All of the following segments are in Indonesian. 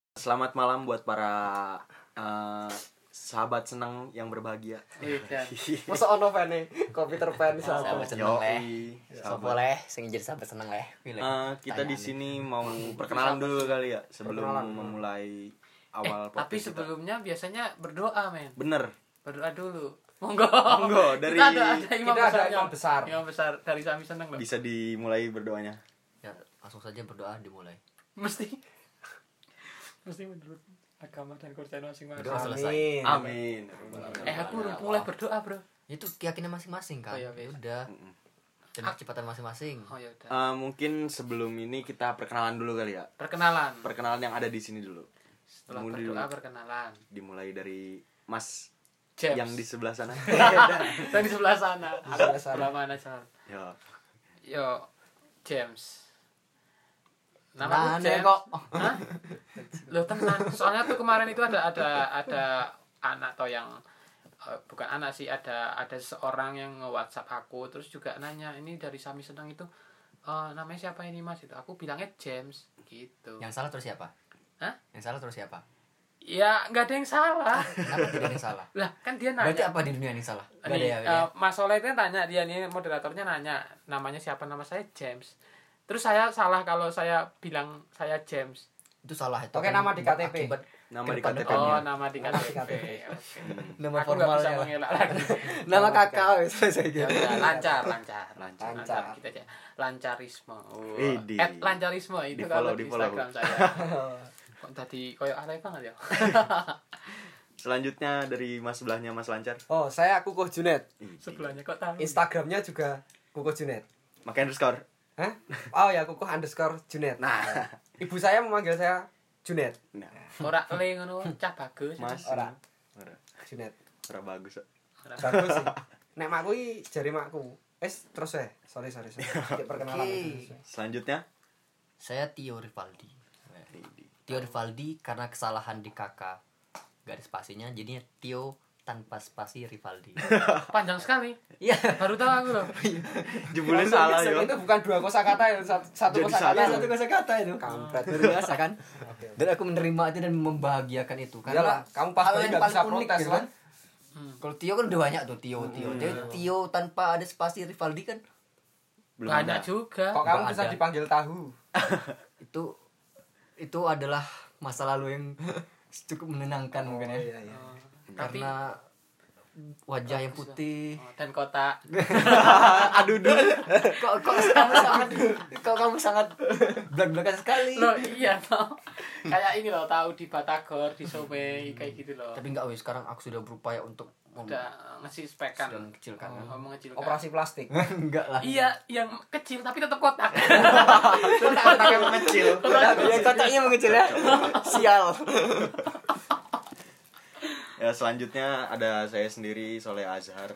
Selamat malam buat para sahabat senang yang berbahagia. Masa ono fane komputer pen sahabat seneng leh. So Sahabat. boleh sing jadi sahabat seneng leh. Kita di sini mau perkenalan dulu kali ya sebelum memulai awal tapi podcast sebelumnya biasanya berdoa, men. Bener. Berdoa dulu. Monggo. Dari Kita ada imam besar. Imam besar dari Sami Seneng loh. bisa dimulai berdoanya. Ya, langsung saja berdoa dimulai. Mesti menurut agama dan kepercayaan masing-masing. Berdoa selesai. Amin. Aku udah mulai berdoa, Bro. Itu keyakinan masing-masing kan. Oh, iya, Ya udah. Dan kecepatan masing-masing. Oh ya udah. Mungkin sebelum ini kita perkenalan dulu kali ya. Perkenalan. Yang ada di sini dulu. Setelah Mulai berdoa dulu. perkenalan. Dimulai dari Mas James. yang di sebelah sana. Saya di sebelah sana. Aku sebelah mana, Sal? Yo, James. Nama James kok. Hah? Loh tenan. Soalnya tuh kemarin itu ada anak atau yang bukan anak sih, ada seorang yang nge-WhatsApp aku terus juga nanya, "Ini dari Sami Seneng itu namanya siapa ini, Mas?" Itu aku bilangnya James gitu. Yang salah terus siapa? Hah? Yang salah terus siapa? Ya, enggak ada yang salah. Kenapa tidak ada yang salah? Lah, kan dia nanya. Berarti apa di dunia ini salah? Enggak ada Nih, ya. Mas Soleh itu tanya, dia nih moderatornya nanya namanya siapa, nama saya James. Terus saya salah kalau saya bilang saya James. Itu salah itu. Oke, kan nama di KTP. akibat Nama ke di depan KTP. depannya. Oh, nama di Nama di KTP. KTP. Oke. Nama Aku nggak bisa formalnya. mengelak lagi. Nama kakak wis saya Ya kira. udah, lancar. Lancar. Kita aja. Lancarisme. Oh. Idi. Lancarisme itu Di-follow, kalau di di-follow. Instagram saya. Kok tadi koyo alay banget ya. Selanjutnya dari Mas sebelahnya Mas Lancar. Oh, saya Kukuh Junet. Sebelahnya kok tahu. Instagramnya juga Kukuh Junet. Makai underscore. Hah? Oh ya, Kukuh_Junet. Nah. Ibu saya memanggil saya Junet. Nah, Ora le ngono, cah bagus. Mas. Ora. Ora. Junet. Ora bagus. Bagus sih. Nek makku iki jari makku. Terus sorry. Kayak perkenalan. Oke. Selanjutnya. Saya Tio Rivaldi. Tio Rivaldi karena kesalahan di kakak gak ada spasinya jadinya Tio tanpa spasi Rivaldi. Panjang sekali. Iya. Baru tahu aku loh. Jebule salah yo. Itu bukan dua kosakata ya, satu Jadi kosakata. salah. Satu kosakata itu. Kampret. Luar biasa kan? Dan aku menerima itu dan membahagiakan itu Iyalah, karena kamu pasti hal yang nggak paling bisa unik protes gitu kan? Kalau Tio kan udah banyak tuh Tio. Jadi Tio tanpa ada spasi Rivaldi kan Belum Banyak ada. juga. Kok kamu Nggak bisa ada. dipanggil tahu? itu adalah masa lalu yang cukup menenangkan mungkin ya. Iya. Tapi Karena wajah yang putih. dan kotak. Aduh duh. kok kamu sangat belak-belakan sekali. Loh iya toh. Kayak ini loh, tahu di Batagor, di Somai kayak gitu loh. Tapi enggak wes, sekarang aku sudah berupaya untuk Udah ngasih spekan. sudah mengecilkan. Mengecilkan. Operasi plastik. Enggak lah. Iya, yang kecil tapi tetap kotak. Kotaknya mengecil. Ya kotaknya mengecil ya. Sial. Ya, selanjutnya ada saya sendiri, Soleh Azhar.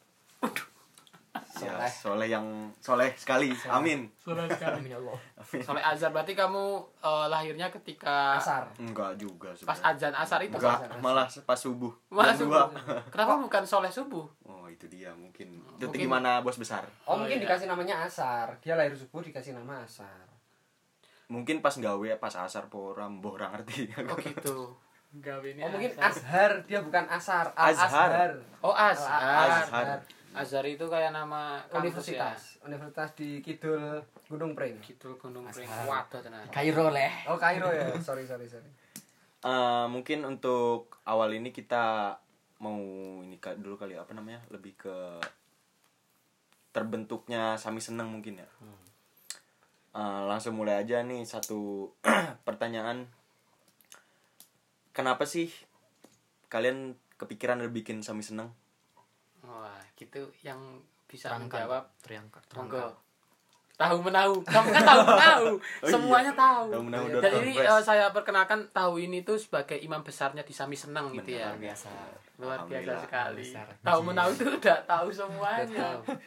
Ya, soleh sekali. Amin. Soleh sekali. Amin ya Allah. Soleh Azhar, berarti kamu lahirnya ketika Asar. Enggak juga pas sebenarnya. azan asar itu. Enggak, malah pas subuh. Malah Jam subuh. 2. Kenapa bukan Soleh subuh? Oh, itu dia mungkin. Itu Mungkin. gimana bos besar? Oh, Oh, mungkin iya. dikasih namanya Asar. Dia lahir subuh dikasih nama Asar. Mungkin pas gawe pas asar pora mbah ora ngerti. Oh gitu. Gawe ini. Oh, mungkin Azhar. Azhar, dia bukan Asar. Azhar. Oh Azhar. Azhar. Azhar itu kayak nama kampus ya. Universitas di Kidul Gunung Pring. Kidul Gunung Pring. Azhar. Waduh tenan. Kairo leh. Oh, Kairo ya. Sorry. Mungkin untuk awal ini kita mau ini dulu kali apa namanya? Lebih ke terbentuknya Sami Seneng mungkin ya. Langsung mulai aja nih satu pertanyaan. Kenapa sih kalian kepikiran bikin Sami Seneng? Wah, gitu yang bisa Terangkan. menjawab. Terangkan. Monggo. Tahu menahu. Kamu kan tahu. Semuanya tahu. Tahu menahu. Dan ini saya perkenalkan tahu ini tuh sebagai imam besarnya di Sami Seneng gitu ya. Luar biasa. Luar biasa Alhamdulillah. sekali. Besar. Tahu menahu itu udah tahu semuanya.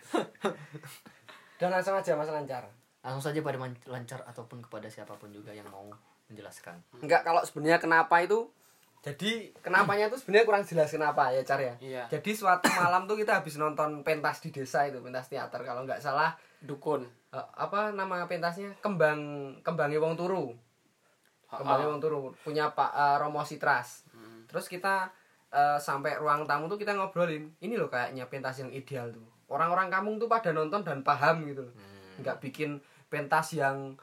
Dan langsung aja Mas Lancar. Langsung saja pada Lancar ataupun kepada siapapun juga yang mau menjelaskan. Enggak, kalau sebenarnya kenapa itu, jadi kenapanya itu sebenarnya kurang jelas kenapa ya Car ya. Iya. Jadi suatu malam tuh kita habis nonton pentas di desa itu, pentas teater kalau nggak salah. Dukun. Apa nama pentasnya? Kembangi Wong Turu. kembali wong turu punya Pak Romo Sitras. Terus kita sampai ruang tamu tuh kita ngobrolin ini loh kayaknya pentas yang ideal tuh, orang-orang kampung tuh pada nonton dan paham gitu loh. Nggak bikin pentas yang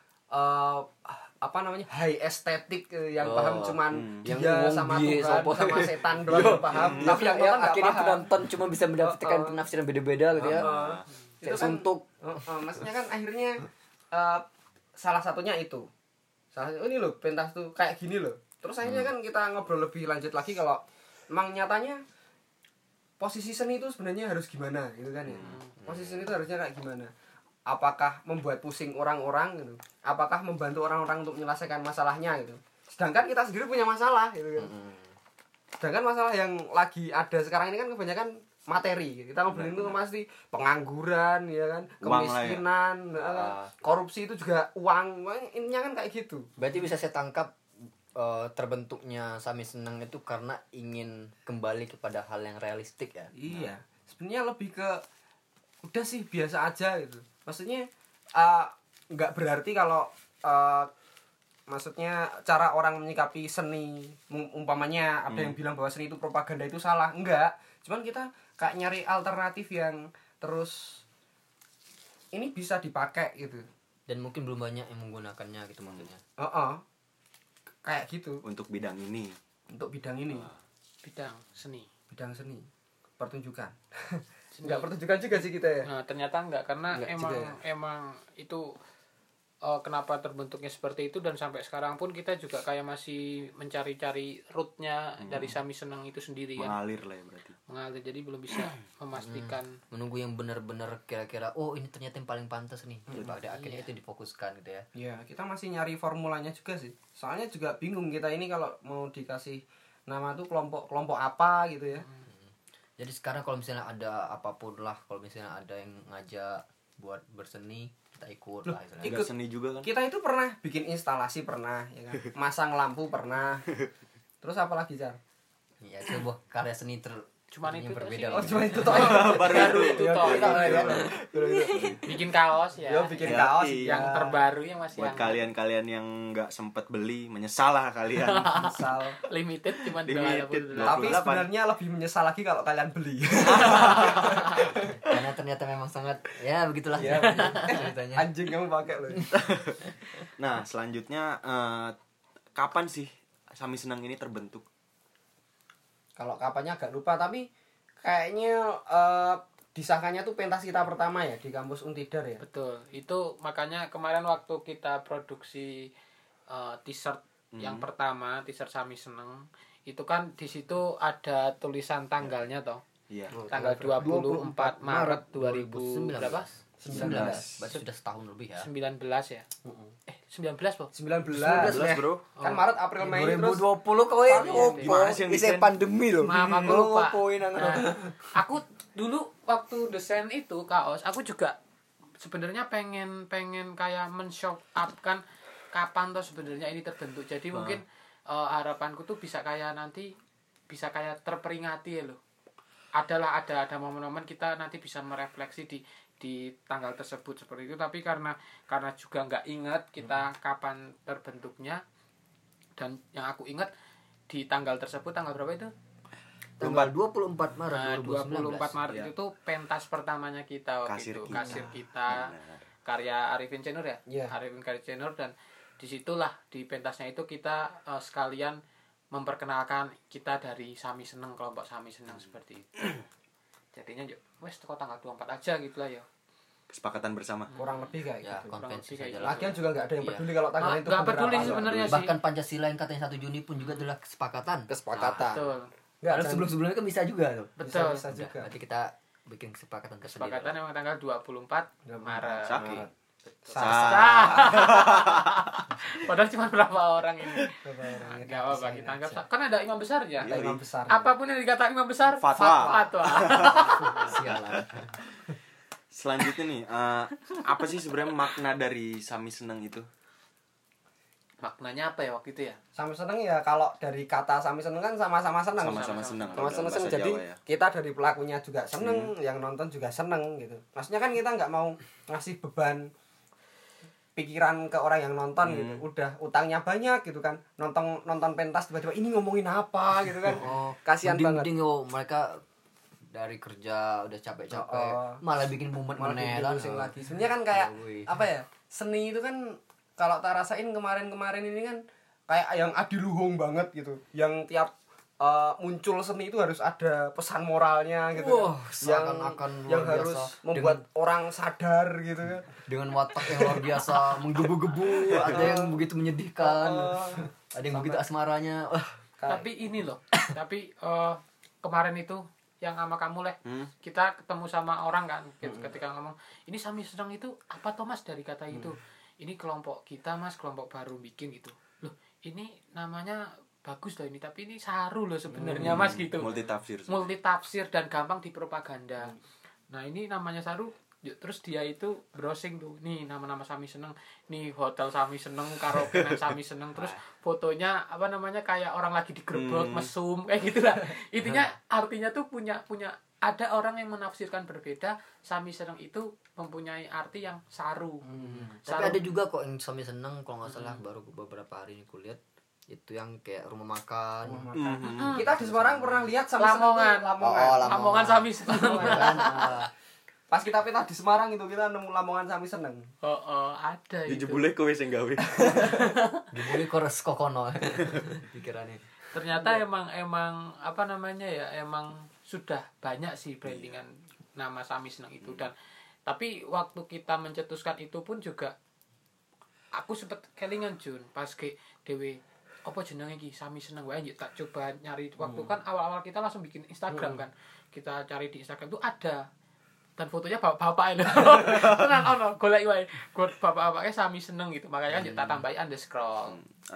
high estetik yang paham cuman yang dia sama Tuhan sama setan doang yang paham, tapi yang nonton nggak akhirnya paham. penonton cuma bisa mendapatkan penafsiran beda-beda gitu ya. Itu Kayak kan suntuk. maksudnya kan akhirnya salah satunya itu ini loh pentas tuh kayak gini loh. Terus akhirnya kan kita ngobrol lebih lanjut lagi kalau emang nyatanya posisi seni itu sebenarnya harus gimana gitu kan ya. Posisi seni itu harusnya kayak gimana, apakah membuat pusing orang-orang gitu, apakah membantu orang-orang untuk menyelesaikan masalahnya gitu, sedangkan kita sendiri punya masalah gitu kan. Sedangkan masalah yang lagi ada sekarang ini kan kebanyakan materi. Kita ngobrolin itu pasti pengangguran ya kan, kemiskinan, korupsi itu juga uang. Intinya kan kayak gitu. Berarti bisa saya tangkap terbentuknya Sami Senang itu karena ingin kembali kepada hal yang realistik ya. Iya. Sebenarnya lebih ke udah sih biasa aja gitu. Maksudnya nggak berarti kalau maksudnya cara orang menyikapi seni, umpamanya ada yang bilang bahwa seni itu propaganda itu salah. Enggak. Cuman kita kayak nyari alternatif yang terus ini bisa dipakai gitu. Dan mungkin belum banyak yang menggunakannya gitu maksudnya. Kayak gitu untuk bidang ini. untuk bidang ini. Bidang seni. Bidang seni. Pertunjukan. Enggak pertunjukan juga sih kita ya. Nah, ternyata enggak karena Enggak emang juga ya. emang itu kenapa terbentuknya seperti itu, dan sampai sekarang pun kita juga kayak masih mencari-cari root-nya dari Sami Senang itu sendiri kan. Mengalir lah ya berarti. Mengalir, jadi belum bisa memastikan. Menunggu yang benar-benar kira-kira oh ini ternyata yang paling pantas nih. Pada akhirnya itu difokuskan gitu ya. Ya, kita masih nyari formulanya juga sih. Soalnya juga bingung kita ini kalau mau dikasih nama tuh kelompok apa gitu ya. Jadi sekarang kalau misalnya ada apapun lah, kalau misalnya ada yang ngajak buat berseni, kita ikut lah istilahnya. Ikut seni juga kan. Kita itu pernah bikin instalasi pernah ya kan. Masang lampu pernah. Terus apa lagi, Jar? Iya, itu sebuah karya seni Cuman yang itu berbeda. sih. Oh, cuma itu toh. Baru itu toh. Iya. Bikin kaos ya. Yo bikin Ya, kaos iya. Yang terbaru yang masih Buat hangat. kalian yang nggak sempet beli, menyesal lah kalian. misal. Limited cuma Limited. 28. Tapi 28. sebenarnya lebih menyesal lagi kalau kalian beli. Karena ternyata memang sangat ya begitulah Iya. ceritanya. Anjing kamu pakai loh. Nah, selanjutnya kapan sih Sami Senang ini terbentuk? Kalau kapannya agak lupa, tapi kayaknya disahkannya tuh pentas kita pertama ya di kampus Untidar ya. Betul. Itu makanya kemarin waktu kita produksi t-shirt yang pertama, t-shirt Sami Seneng, itu kan di situ ada tulisan tanggalnya toh. Iya. Tanggal 24 Maret 2000 berapa? 19. Berarti sudah setahun lebih ya. 19 ya. 19 po. 19 19, Bro. Kan Maret, April, Mei terus 2020 kowe Gimana sih yang Isih desain? pandemi loh. Maaf aku lupa. Poin Nah, aku dulu waktu desain itu kaos, aku juga sebenarnya pengen kayak men-show up kan kapan toh sebenarnya ini terbentuk. Jadi mungkin harapanku tuh bisa kayak nanti bisa kayak terperingati ya loh. Ada momen-momen kita nanti bisa merefleksi di tanggal tersebut seperti itu, tapi karena juga nggak ingat kita kapan terbentuknya, dan yang aku ingat di tanggal tersebut tanggal berapa itu? Tanggal 24 Maret Nah, 2019. 24 Maret Ya. itu tuh pentas pertamanya kita waktu Kasir itu, kita. kasir kita, karya Arifin Cenur ya, Iya. Arifin Karya Cenur, dan disitulah di pentasnya itu kita sekalian memperkenalkan kita dari Sami Seneng, kelompok Sami Seneng seperti itu. Jadinya yuk, wes kok tanggal 24 aja gitu lah ya. Kesepakatan bersama. kurang lebih kayak Ya, gitu. konvensi Kurang lebih saja kayak lah. Lagian juga nggak ada yang Iya. peduli kalau tanggal itu Nggak bener peduli apa. sebenarnya sih. Bahkan Pancasila yang katanya 1 Juni pun juga adalah kesepakatan. Kesepakatan. Betul. Nggak, Karena jangan- sebelum-sebelumnya kan bisa juga tuh. Betul. bisa Udah, juga. berarti kita bikin kesepakatan tersendiri. Kesepakatan emang tanggal 24 Maret. Saki. Padahal cuma berapa orang ini. Berapa orang ya? Enggak apa-apa kita anggap kan ada imam besar ya. Ada imam besar. Apapun yang dikatakan imam besar, Fatwa. fatwa. Sialan. Selanjutnya nih, apa sih sebenarnya makna dari Sami Seneng itu? Maknanya apa ya waktu itu ya? Sami seneng ya, kalau dari kata Sami seneng kan sama-sama seneng. Sama-sama seneng. Sama-sama Bahasa seneng. Jadi Jawa ya. kita dari pelakunya juga seneng, yang nonton juga seneng gitu. Maksudnya kan kita nggak mau ngasih beban pikiran ke orang yang nonton gitu. Udah utangnya banyak gitu kan. Nonton pentas tiba-tiba ini ngomongin apa gitu kan. Kasihan banget. Mending yo mereka dari kerja udah capek-capek malah bikin mumet Malah meneh bikin pusing lagi. Sebenarnya kan kayak Wih. apa ya? Seni itu kan kalau tak rasain kemarin-kemarin ini kan kayak yang adiluhung banget gitu. Yang tiap muncul seni itu harus ada pesan moralnya gitu. Wah, yang seakan-akan yang luar harus biasa. membuat orang sadar gitu kan. Dengan watak yang luar biasa menggebu-gebu, ada yang begitu menyedihkan, ada yang begitu asmaranya. Tapi ini loh, tapi kemarin itu yang sama kamu Leh, kita ketemu sama orang kan, ketika ngomong ini Sami Seneng itu apa Thomas dari kata itu, ini kelompok kita Mas, kelompok baru bikin gitu, loh ini namanya bagus loh ini, tapi ini saru loh sebenarnya Mas gitu, multi tafsir dan gampang dipropaganda. Nah ini namanya saru. Terus dia itu browsing tuh, nih nama-nama Sami Seneng, nih hotel Sami Seneng, karaoke Sami Seneng, terus fotonya apa namanya kayak orang lagi digerebek mesum kayak gitulah. Intinya artinya tuh punya ada orang yang menafsirkan berbeda. Sami Seneng itu mempunyai arti yang saru. Tapi ada juga kok yang Sami Seneng, kalau nggak salah baru beberapa hari ini kulihat itu yang kayak rumah makan. Kita di Semarang pernah lihat Sami Lamongan. Seneng tuh, Lamongan Sami Seneng. Pas kita pernah di Semarang itu kita nemu Lamongan Sami Seneng. Ada itu. Dijebule kowe sing gawe. Dibeli kores kokono pikirannya. Ternyata emang apa namanya ya, emang sudah banyak sih brandingan nama Sami Seneng itu. Dan tapi waktu kita mencetuskan itu pun juga aku sempet kelingan Jun pas ke dewe apa jenenge iki Sami Seneng wae tak coba nyari waktu kan awal-awal kita langsung bikin Instagram kan. Kita cari di Instagram tuh ada dan fotonya bapak-bapak itu tenan ono golek wae bapak-bapaknya Sami Seneng gitu, makanya tak tambahi underscore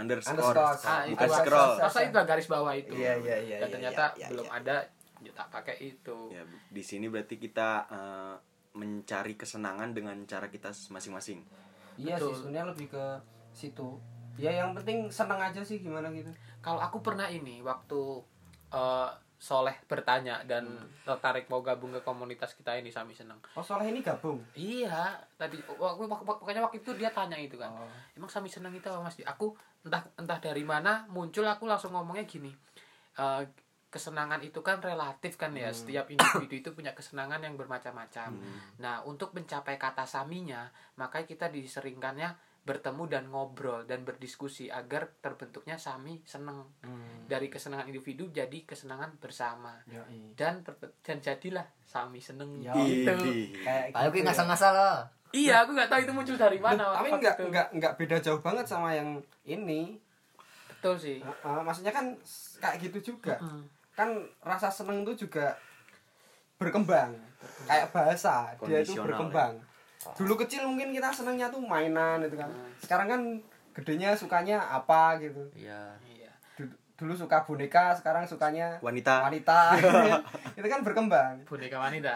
masa itu garis bawah itu. Iya, dan ternyata belum ada tak pakai itu ya. Di sini berarti kita mencari kesenangan dengan cara kita masing-masing. Iya sih, sebenarnya lebih ke situ ya, yang penting seneng aja sih, gimana gitu. Kalau aku pernah ini waktu Soleh bertanya dan tertarik mau gabung ke komunitas kita ini Sami Seneng. Oh, Soleh ini gabung? Iya, tadi pokoknya waktu itu dia tanya itu kan. Emang Sami Seneng itu apa Mas? Aku entah dari mana muncul, aku langsung ngomongnya gini. Kesenangan itu kan relatif kan ya. Setiap individu itu punya kesenangan yang bermacam-macam. Nah, untuk mencapai kata saminya, makanya kita diseringkannya bertemu dan ngobrol dan berdiskusi agar terbentuknya Sami Seneng. Dari kesenangan individu jadi kesenangan bersama. Dan jadilah Sami Seneng gitu. Ayo kita ngasal-ngasal lah. Iya, aku nggak tahu itu muncul dari mana. Tapi nggak beda jauh banget sama yang ini. Betul sih. Maksudnya kan kayak gitu juga. Kan rasa seneng itu juga berkembang. Kayak bahasa, dia itu berkembang. Dulu kecil mungkin kita senangnya tuh mainan itu kan. Sekarang kan gedenya sukanya apa gitu. Iya. Dulu suka boneka, sekarang sukanya wanita. Itu kan berkembang. Boneka wanita.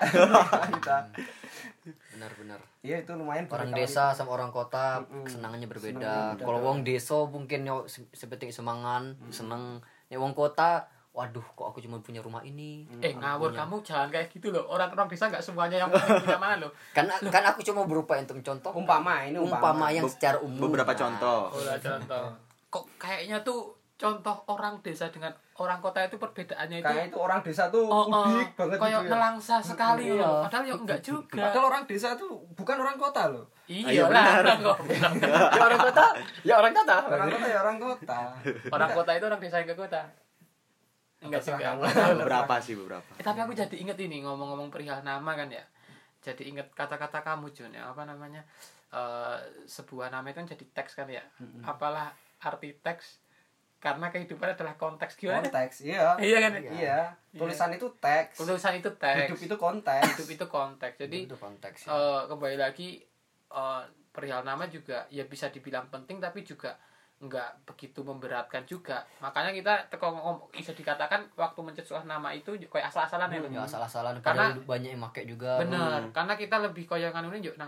Benar-benar. Iya, itu lumayan. Orang desa sama orang kota kesenangannya berbeda. Kalau wong desa mungkin seperti semangan, seneng. Nek wong kota, waduh kok aku cuma punya rumah ini. Ngawur kamu, jangan kayak gitu loh. Orang desa nggak semuanya yang punya mana loh. Kan aku cuma berupa untuk contoh. Umpama yang secara umum. Beberapa contoh. Kok kayaknya tuh contoh orang desa dengan orang kota itu perbedaannya itu kayak itu orang desa tuh udik banget kayak gitu ya. Nelangsa sekali loh. Padahal ya enggak juga. Padahal orang desa tuh bukan orang kota loh. Iya lah. Ya orang kota. Orang kota ya orang kota. Orang kota itu orang desa yang ke kota. Enggak juga. Beberapa. Tapi aku jadi inget ini ngomong-ngomong perihal nama kan ya. Jadi inget kata-kata kamu Jun ya, apa namanya? Sebuah nama itu kan jadi teks kan ya. Apalah arti teks? Karena kehidupan adalah konteks. Gimana? Konteks, iya. Iya kan? Iya. Tulisan itu teks. Hidup itu konteks. Jadi itu konteks. Kembali lagi perihal nama juga ya bisa dibilang penting tapi juga enggak begitu memberatkan juga. Makanya kita bisa dikatakan waktu mencetuskan nama itu kayak asal-asalan Ya asal-asalan karena banyak yang pakai juga. Bener, karena kita lebih koyangan ini yuk nang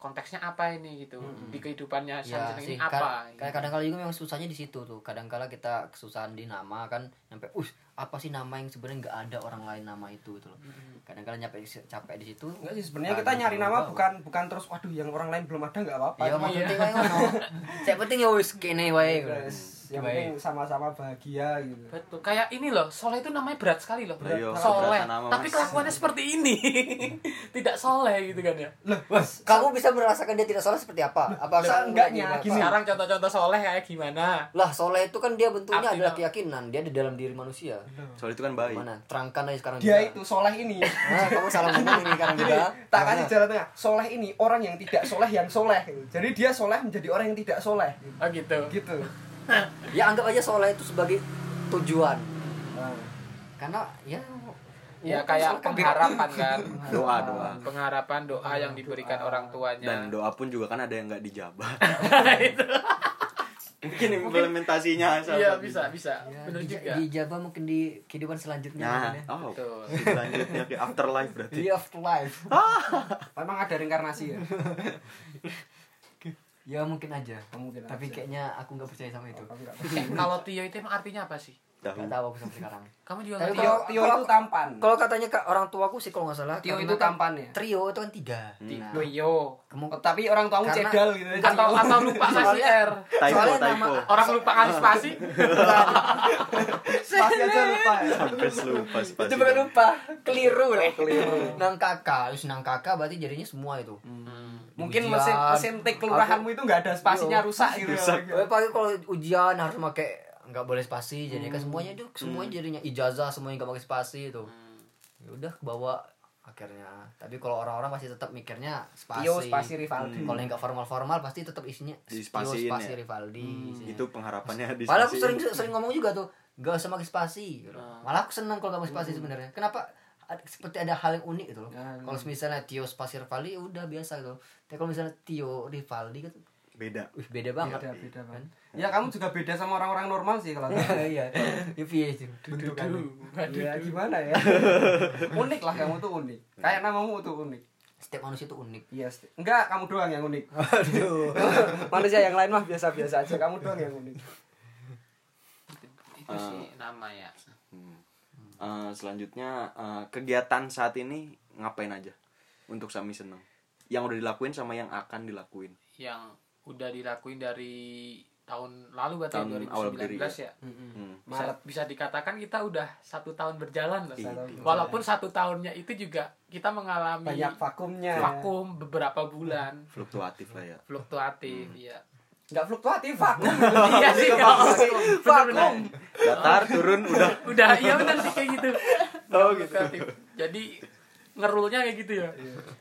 konteksnya apa ini gitu di kehidupannya Ya Sami Seneng sih, ini apa gitu. kadang kala juga memang susahnya di situ tuh. Kadang kala kita kesusahan di nama kan, sampai apa sih nama yang sebenarnya nggak ada orang lain nama itu gitu loh. Kadang kala capek di situ. Enggak sih, sebenarnya kita nyari nama bukan terus waduh yang orang lain belum ada enggak apa-apa. Ya Cuma penting kayak ngono. Saya penting ya wis kene wae. yang penting sama-sama bahagia gitu. Betul. Kayak ini loh, soleh itu namanya berat sekali loh. Iya, Soleh. berat nama, Tapi Mas. kelakuannya seperti ini. Tidak soleh gitu kan ya. Kamu bisa merasakan dia tidak salah seperti apa? Apa enggaknya, gini. Sekarang contoh-contoh soleh kayak gimana? Lah, soleh itu kan dia bentuknya Artinya- adalah keyakinan, dia di dalam diri manusia. Soal itu kan baik. Mana? Terangkan aja sekarang Dia juga. itu soleh ini. Nah, kamu salah ngomong ini sekarang juga. Tak kasih jalan tengah. Soleh ini orang yang tidak soleh yang soleh. Jadi dia soleh menjadi orang yang tidak soleh. Oh gitu. Gitu. Ya anggap aja soleh itu sebagai tujuan. Nah, Karena ya Ya kayak pengharapan kan. Doa. Pengharapan doa yang diberikan orang tuanya. Dan doa pun juga kan ada yang nggak dijabah. Itu. Mungkin implementasinya Iya bisa. ya, Benar juga. dijabah mungkin di kehidupan selanjutnya. Nah, mungkin ya. oh, Betul. selanjutnya ke afterlife berarti. Di afterlife. memang ada reinkarnasi ya. Ya mungkin aja. Mungkin Tapi aja. kayaknya aku nggak percaya sama itu. Tapi nggak Kalau Tio itu emang artinya apa sih? Tahu. Gak tahu aku sampai sekarang. Kamu juga Tapi nggak tahu? Tio itu tampan. Kalau katanya ke orang tuaku sih kalau nggak salah. Tio karena itu kan tampan ya. Trio itu kan 3. Hmm. Nah, Tio. kamu Tapi orang tuamu Karena- cedal gitu. Atau lupa kasih R. Typo. Orang lupa kasih spasi. Pasti aja lupa ya. Sampai lupa spasi. itu bukan lupa, keliru lah. Nang kakak, terus nang kakak berarti jadinya semua itu. Mungkin Ujian. mesin tik kelurahanmu itu nggak ada spasinya rusak gitu. Pagi kalau ujian harus pakai nggak boleh spasi, jadi kan semuanya itu semuanya jadinya ijazah semuanya nggak pakai spasi itu. Ya udah kebawa akhirnya. Tapi kalau orang-orang pasti tetap mikirnya spasi. Tio spasi Rivaldi. Kalau yang nggak formal pasti tetap isinya Tio Dispasiin spasi ya? Rivaldi. isinya. Itu pengharapannya di Padahal aku spasi. sering ngomong juga tuh, gak usah pakai spasi. Gitu. Malah aku senang kalau gak pakai spasi sebenarnya. Kenapa? Seperti ada hal yang unik gitu loh. Kalau misalnya Tio spasi Rivaldi udah biasa gitu. Tapi kalau misalnya Tio Rivaldi kan, Beda. beda banget. Beda banget. Ya kamu juga beda sama orang-orang normal sih kalau Iya. Ya piye sih. bentukannya. Ya gimana ya? Unik lah kamu tuh unik. Kayak namamu tuh unik. Setiap manusia itu unik. Iya, enggak kamu doang yang unik. Aduh. Manusia yang lain mah biasa-biasa aja, kamu doang yang unik. Itu sih nama ya. Selanjutnya kegiatan saat ini ngapain aja untuk Sami Seneng? Yang udah dilakuin sama yang akan dilakuin. Yang udah dilakuin dari tahun lalu berarti Tahun awal 2019 berdiri ya. Bisa dikatakan kita udah 1 tahun berjalan loh. Iya. Walaupun 1 tahunnya itu juga kita mengalami Banyak vakumnya. vakum beberapa bulan, Fluktuatif lah ya. fluktuatif ya. Enggak fluktuatif, vakum. Iya sih, Vakum. Datar turun udah. Udah, iya benar sih kayak gitu. Oh, gitu. Fluktuatif. Jadi ngerulnya kayak gitu ya.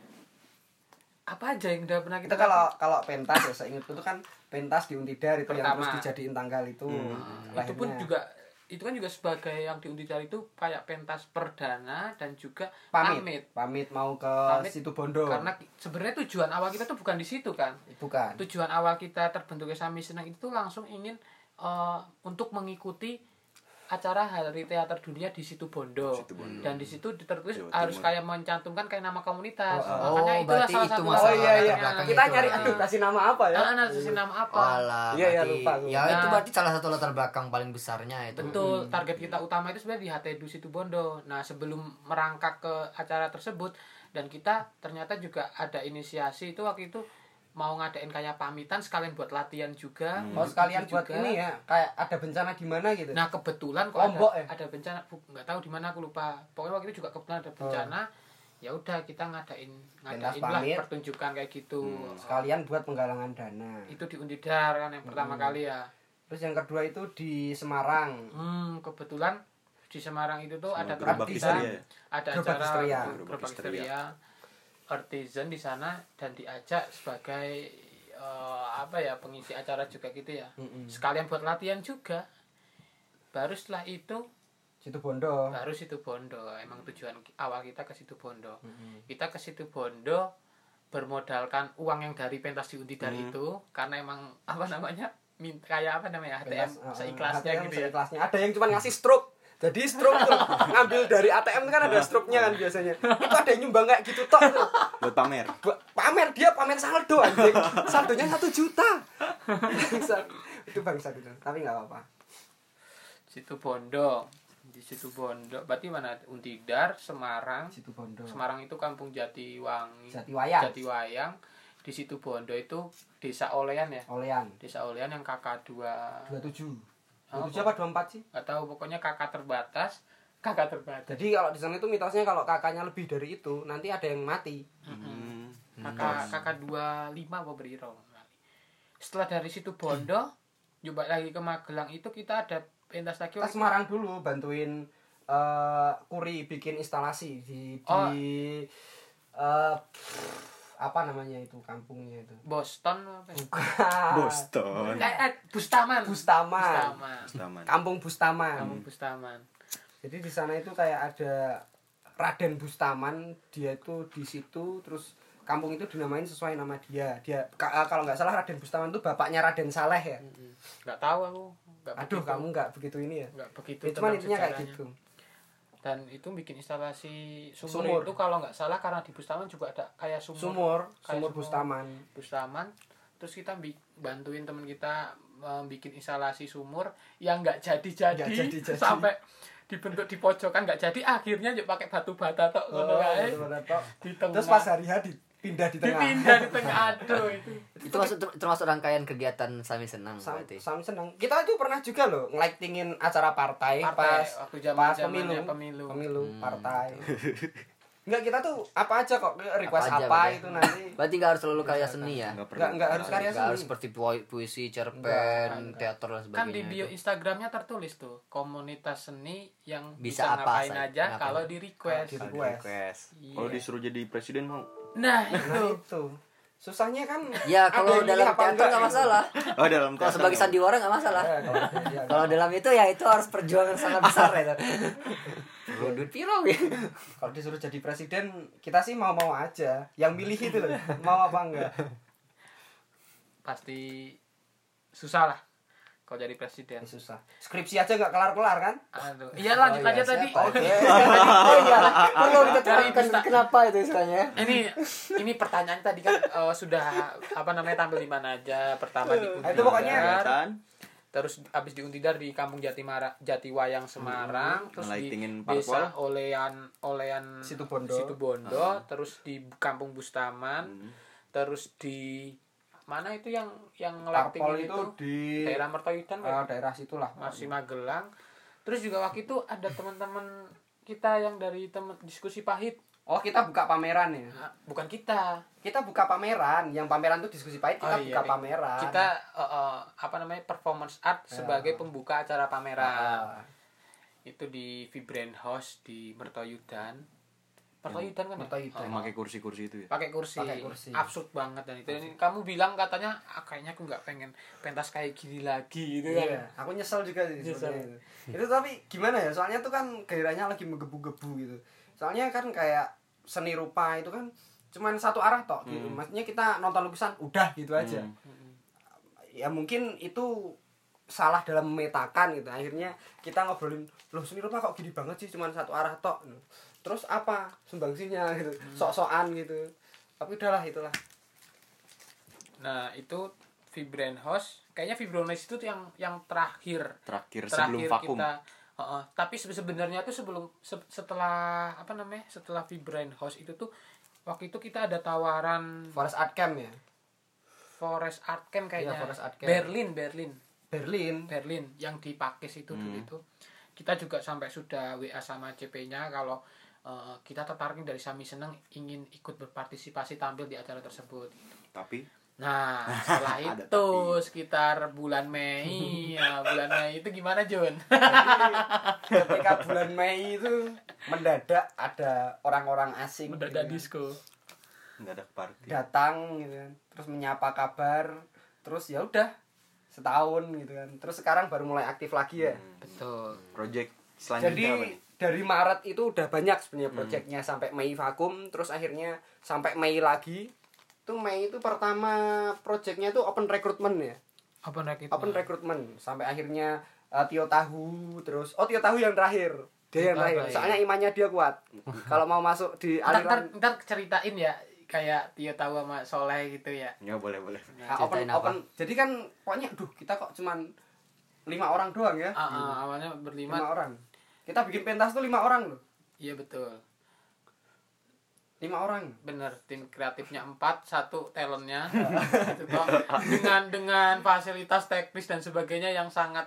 Apa aja yang udah pernah Kita kita kalau pentas ya seingatku itu kan pentas di Untidar itu yang Pertama. terus dijadiin tanggal itu. itu pun juga itu kan juga sebagai yang di Untidar itu kayak pentas perdana dan juga pamit mau ke Pamit, situ Bondo. karena sebenarnya tujuan awal kita tuh bukan di situ kan. Bukan. Tujuan awal kita terbentuknya Sami Seneng itu langsung ingin untuk mengikuti acara Hari Teater Dunia di Situ Bondo. Dan di situ tertulis Jawa harus Timur. kayak mencantumkan kayak nama komunitas. Oh, Makanya itulah berarti salah itu satu masalah iya, iya. belakangnya Kita itu. nyari aduh kasih nama apa ya? kasih nama apa? Alah, Iya, iya, berarti- lupa. Ya Nah. itu berarti salah satu latar belakang paling besarnya itu. Betul, target kita utama itu sebenarnya di HTDU Situ Bondo. Nah, sebelum merangkak ke acara tersebut dan kita ternyata juga ada inisiasi itu waktu itu mau ngadain kayak pamitan sekalian buat latihan juga. Oh sekalian Itu buat juga. ini ya, kayak ada bencana di mana gitu. Nah, kebetulan kok Lombok ada bencana, nggak tahu di mana aku lupa. Pokoknya waktu itu juga kebetulan ada bencana. Ya udah kita ngadain lah pamit. pertunjukan kayak gitu. Sekalian buat penggalangan dana. Itu di Untidar kan yang pertama kali ya. Terus yang kedua itu di Semarang. Kebetulan di Semarang itu tuh ada Gerobak teman Histeria kita, ya? ada Gerobak acara Histeria. Gerobak Histeria artisan di sana dan diajak sebagai pengisi acara juga gitu ya. Sekalian buat latihan juga. Baru setelah itu Situ Bondo. baru Situ Bondo. Emang tujuan awal kita ke Situ Bondo. Kita ke Situ Bondo bermodalkan uang yang dari pentas di Untidar itu karena emang kayak HTM seikhlasnya HTM gitu ya. Seikhlasnya. Ada yang cuma ngasih stroke. Jadi struktur ngambil dari ATM kan ada struknya kan biasanya. Itu ada yang nyumbang kayak gitu tok tuh. Buat pamer. Pamer saldo anjing. Saldonya 1 juta. Bangsat. Itu bangsat itu. Tapi enggak apa-apa. Situ Bondo. Di Situ Bondo. Berarti mana? Untidar, Semarang. Situ Bondo. Semarang itu Kampung Jatiwangi. Jatiwayang. Di Situ Bondo itu Desa Olean ya. Olean. Desa Olean yang kakak 27. Oh, 27 apa 24 sih? nggak tahu, pokoknya kakak terbatas. Jadi kalau di sana itu mitosnya kalau kakaknya lebih dari itu nanti ada yang mati. Kakak 25 apa beriro. Setelah dari Situ Bondo coba lagi ke Magelang itu kita ada pentas lagi. Kita Semarang dulu bantuin Kuri bikin instalasi di apa namanya itu kampungnya itu? Boston apa? Bukan. Boston. Bustaman. Kampung Bustaman. Kampung Bustaman. Jadi di sana itu kayak ada Raden Bustaman, dia itu di situ, terus kampung itu dinamain sesuai nama dia. Kalau nggak salah Raden Bustaman itu bapaknya Raden Saleh ya. Nggak tahu aku. Aduh, kamu nggak begitu ini ya? Nggak begitu. Ya, cuman intinya kayak gitu. Dan itu bikin instalasi sumur. Itu kalau nggak salah karena di Bustaman juga ada kayak Sumur Bustaman. Terus kita bantuin teman kita bikin instalasi sumur yang nggak jadi. Sampai dibentuk di pojokan nggak jadi, akhirnya juga pakai batu bata tok di tengah. Terus pas hari hari dipindah di tengah. Aduh itu termasuk rangkaian kegiatan Sami Senang berarti. Sami Senang. Kita itu pernah juga loh nge-lightingin acara partai pas pemilu partai. Enggak, kita tuh apa aja kok request apa itu nanti. Berarti enggak harus selalu karya seni ya? Enggak harus karya seni. Enggak harus seperti puisi, cerpen, teater dan sebagainya. Kan di bio Instagramnya tertulis tuh komunitas seni yang bisa ngapain apa aja kalau di request. Kalau disuruh jadi presiden mau. Nah, itu. Susahnya kan ya kalau dalam teater nggak masalah. Oh, dalam teater. Kalau sebagai sandiwara nggak masalah. Kalau dalam itu ya itu harus perjuangan sangat besar ya. Duit piro ya. Kalau disuruh jadi presiden kita sih mau aja. Yang milih itu loh. Mau apa enggak? Pasti susah lah kalau jadi presiden. Susah. Skripsi aja nggak kelar-kelar kan? Aduh. Iya, lanjut aja tadi. Oke. Perlu kita terangkan kenapa itu istilahnya. Ini pertanyaan tadi kan sudah tampil di mana aja. Pertama di Untidar. Itu pokoknya terus habis di Untidar di Kampung Jatiwayang Semarang, terus di Desa Olean Situ Bondo, terus di Kampung Bustaman, terus di mana itu yang lighting itu di daerah Mertoyudan daerah situlah masih Magelang. Terus juga waktu itu ada teman-teman kita yang dari diskusi pahit. Oh, kita buka pameran ya? Bukan kita buka pameran. Yang pameran itu diskusi pahit, kita buka pameran. Kita performance art sebagai pembuka acara pameran. Itu di Vibrant House di Mertoyudan. Mertoyudan kan? Mertoyudan. Pakai kursi-kursi itu ya. Pakai kursi. Absurd banget dan itu. Dan kamu bilang katanya kayaknya aku nggak pengen pentas kayak gini lagi gitu kan. Iya, aku nyesel juga sih sebenarnya. Itu tapi gimana ya? Soalnya tuh kan gairahnya lagi menggebu-gebu gitu. Soalnya kan kayak seni rupa itu kan cuman satu arah toh gitu. Maksudnya kita nonton lukisan udah gitu aja. Ya mungkin itu salah dalam memetakan gitu. Akhirnya kita ngobrolin, loh seni rupa kok gini banget sih cuman satu arah tok. Terus apa sumbangsinya gitu. Sok-sokan gitu. Tapi udahlah itulah. Nah, itu Vibrant House. Kayaknya Vibrant House itu yang terakhir sebelum vakum. Tapi sebenarnya tuh setelah setelah Vibrant House itu tuh waktu itu kita ada tawaran Forest Art Camp ya. Forest Art Camp kayaknya. Iya, Forest Art Camp. Berlin yang di Pakis itu dulu itu. Kita juga sampai sudah WA sama CP-nya kalau kita tertarik dari Sami Senang ingin ikut berpartisipasi tampil di acara tersebut. Tapi nah, setelah itu sekitar bulan Mei. Ya, bulan Mei itu gimana, Jun? Ketika bulan Mei itu mendadak ada orang-orang asing Mendadak disco. mendadak party. Datang gitu kan. Terus menyapa kabar, terus ya udah setahun gitu kan. Terus sekarang baru mulai aktif lagi ya. Betul. Project selanjutnya Jadi apa nih? dari Maret itu udah banyak sebenarnya projectnya sampai Mei vakum, terus akhirnya sampai Mei lagi. Itu Mei itu pertama projectnya itu open recruitment ya. Open recruitment sampai akhirnya Tio Tahu, terus Tio Tahu yang terakhir. Dia yang terakhir. Apa, ya? Soalnya imannya dia kuat. Kalau mau masuk di aliran Ntar ceritain ya kayak Tio Tahu sama Soleh gitu ya. Ya boleh. open Ceritain apa? open. Jadi kan pokoknya kita kok cuman 5 orang doang ya. Awalnya 5 berlima. orang. Kita bikin pentas tuh 5 orang loh. Iya betul. 5 orang. Bener, tim kreatifnya 4, 1 talentnya. Gitu toh. Dengan fasilitas teknis dan sebagainya yang sangat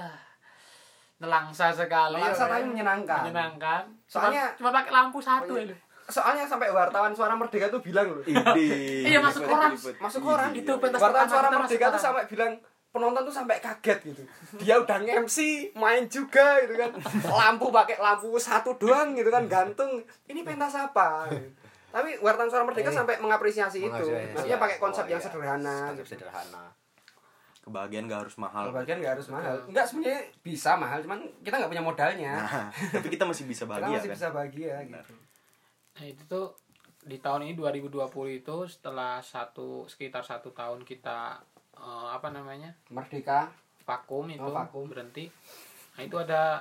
nelangsa sekali. Nelangsa ya. tapi menyenangkan. Menyenangkan. Soalnya- cuma pakai lampu satu ya. Soalnya sampai wartawan Suara Merdeka tuh bilang loh. Iya, masuk koran. Masuk koran Itu pentas wartawan pertama Suara kita Merdeka masuk tuh koran. sampai bilang penonton tuh sampai kaget gitu. Dia udah nge-MC, main juga gitu kan. Pakai lampu satu doang gitu kan gantung. Ini pentas apa? Tapi wartawan Suara Merdeka sampai mengapresiasi itu. Maksudnya pakai konsep yang sederhana. Konsep Gitu. sederhana. Kebahagiaan gak harus mahal. Bagian nggak harus mahal. Enggak, sebenarnya bisa mahal, cuman kita nggak punya modalnya. Nah, tapi kita masih bisa Kita bahagia masih kan. bisa bahagia gitu. Nah, itu tuh di tahun ini 2020 itu setelah sekitar 1 tahun kita Merdeka. vakum itu vakum. berhenti. Nah, itu ada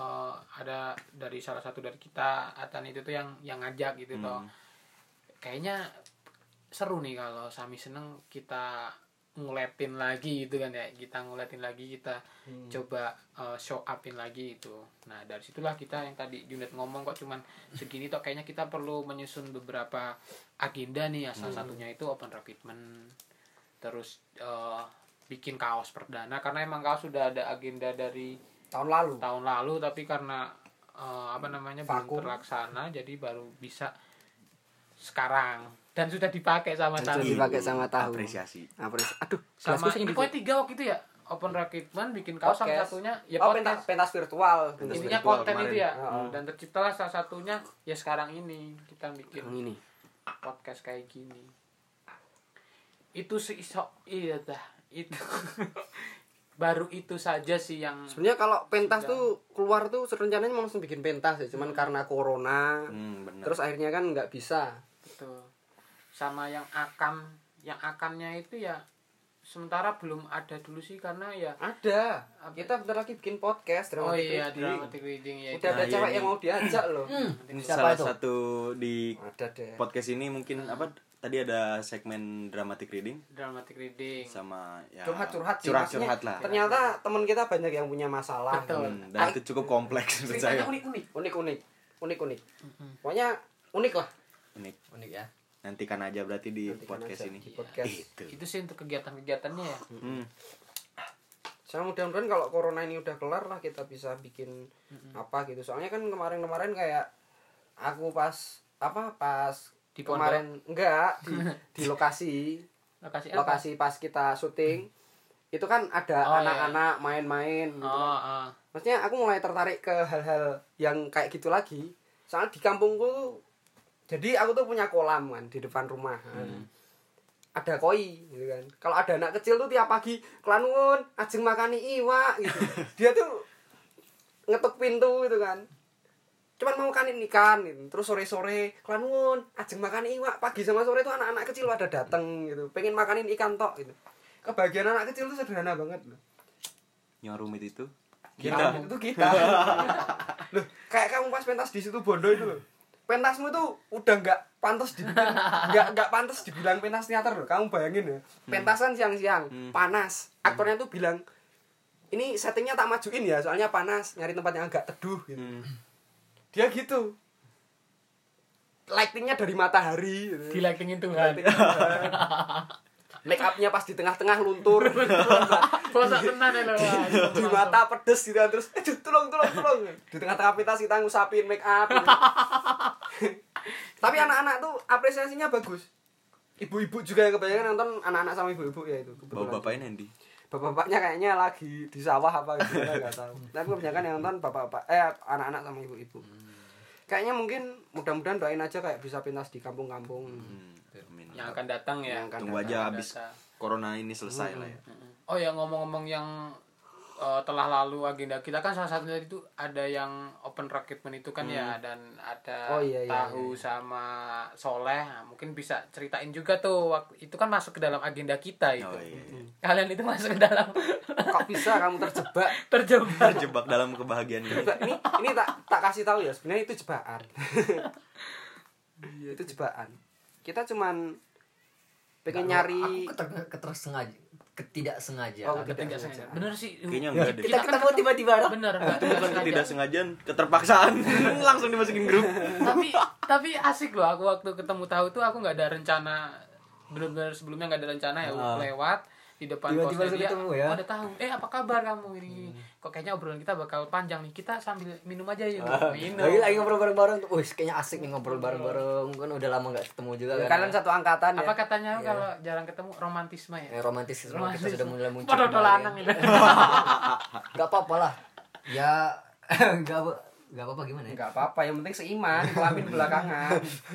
dari salah satu dari kita Atan itu tuh yang ngajak gitu toh. Kayaknya seru nih kalau Sami seneng kita nguletin lagi gitu kan ya. Kita nguletin lagi, kita coba show upin lagi itu. Nah, dari situlah kita yang tadi Junet ngomong kok cuman segini toh, kayaknya kita perlu menyusun beberapa agenda nih ya. Salah satunya itu open recruitment. Terus bikin kaos perdana karena emang kaos sudah ada agenda dari Tahun lalu. tapi karena belum Vakum. terlaksana jadi baru bisa sekarang dan sudah dipakai sama Sudah Tami dipakai sama Tahu. Apresiasi. Aduh, sama gelasku ini sedikit. pokoknya 3 waktu itu ya open recruitment bikin kaos sama Podcast. satunya ya pentas, podcast pentas virtual. intinya virtual konten kemarin. itu ya Heeh. dan terciptalah salah satunya ya sekarang ini kita bikin Yang ini. podcast kayak gini itu sih iya dah itu baru itu saja sih yang Sebenarnya kalau pentas tuh keluar tuh rencananya mau langsung bikin pentas ya, cuman karena corona. Benar. Terus akhirnya kan nggak bisa. betul sama yang akannya itu ya sementara belum ada dulu sih karena ya Ada. Kita bentar lagi bikin podcast dramatic reading. dramatic reading ya Udah ada Nah, cewek iya, yang mau diajak loh. Ini Siapa salah itu? satu di Ada deh. podcast ini mungkin tadi ada segmen dramatic reading dramatic reading sama ya Curhat-curhat sih. curhat Maksudnya, lah. Ternyata teman kita banyak yang punya masalah. Betul. Dan itu cukup kompleks menurut saya. ceritanya unik-unik Unik-unik. Pokoknya unik lah. Unik ya. Nantikan aja berarti di Nantikan podcast aja ini. di podcast. Itu. itu sih untuk kegiatan-kegiatannya ya Saya mudah-mudahan kalau corona ini udah kelar lah kita bisa bikin apa gitu. Soalnya kan kemarin-kemarin kayak aku pas Di pondok? kemarin enggak di lokasi lokasi pas kita syuting itu kan ada Oh, anak-anak main-main gitu kan. Maksudnya aku mulai tertarik ke hal-hal yang kayak gitu lagi. Soalnya di kampungku tuh jadi aku tuh punya kolam kan di depan rumah. Ada koi gitu kan. Kalau ada anak kecil tuh tiap pagi kelanun ajeng makani iwak gitu. Dia tuh ngetuk pintu gitu kan. Cuman mau makanin ikan gitu. Terus sore-sore kelanun ajeng makan iwak. Pagi sama sore tuh anak-anak kecil pada dateng gitu. Pengen makanin ikan tok gitu. Kebahagiaan anak kecil tuh sederhana banget loh. Yang rumit itu Kita itu kita. Loh, kayak kamu pas pentas di situ Bondo itu loh. Pentasmu tuh udah nggak pantas dibilang nggak pantas dibilang pentas teater loh. Kamu bayangin ya. Pentasan siang-siang, panas. Aktornya tuh bilang, "Ini settingnya tak majuin ya, soalnya panas, nyari tempat yang agak teduh gitu." Dia gitu. Lightingnya dari matahari gitu. di lightingin Tuhan Make upnya pas di tengah-tengah luntur. bosak tenan ya loh Di mata pedes gitu terus tolong di tengah-tengah pentas kita ngusapin make up gitu. Tapi anak-anak tuh apresiasinya bagus. Ibu-ibu juga yang kebanyakan nonton anak-anak sama ibu-ibu ya itu. bawa bapaknya Nendi. Bapak-bapaknya kayaknya lagi di sawah apa gitu kita nggak tahu. Tapi kebanyakan yang nonton bapak-bapak anak-anak sama ibu-ibu. Kayaknya mungkin mudah-mudahan doain aja kayak bisa pentas di kampung-kampung. Amin. yang akan datang ya Yang akan Tunggu datang. aja habis corona ini selesai lah ya. oh ya ngomong-ngomong yang telah lalu agenda kita kan salah satunya itu ada yang open recruitment itu kan ya, dan ada Oh, iya, tahu sama Soleh. Nah, mungkin bisa ceritain juga tuh waktu itu kan masuk ke dalam agenda kita itu. Oh, iya. Kalian itu masuk ke dalam Kok bisa kamu terjebak? terjebak. Terjebak dalam kebahagiaan ini. ini tak kasih tahu ya, sebenarnya itu jebakan. Itu jebakan. Kita cuman pengen nyari ketidaksengajaan. Oh, Ketidaksengajaan. Bener sih. Kayaknya enggak deh. Kita ketemu tiba-tiba. Bener. Itu bukan ketidaksengajaan, keterpaksaan. Langsung dimasukin grup. tapi asik loh, aku waktu ketemu tahu tuh aku nggak ada rencana, bener-bener sebelumnya nggak ada rencana ya, lewat di depan Tiba-tiba kosnya dia, ketemu ya. ada tahu, apa kabar kamu ini, kok kayaknya obrolan kita bakal panjang nih, kita sambil minum aja yuk. Minum. Lagi ngobrol bareng-bareng tuh. Wih, kayaknya asik nih ngobrol bareng-bareng. Kan udah lama enggak ketemu juga kan. kalian satu angkatan ya. Apa katanya kalau jarang ketemu romantisme ya? Romantis kita sudah mulai muncul. Podo lanang itu. Enggak apa-apa lah. Ya enggak apa-apa gimana ya? Enggak apa-apa, yang penting seiman, kelamin belakangan.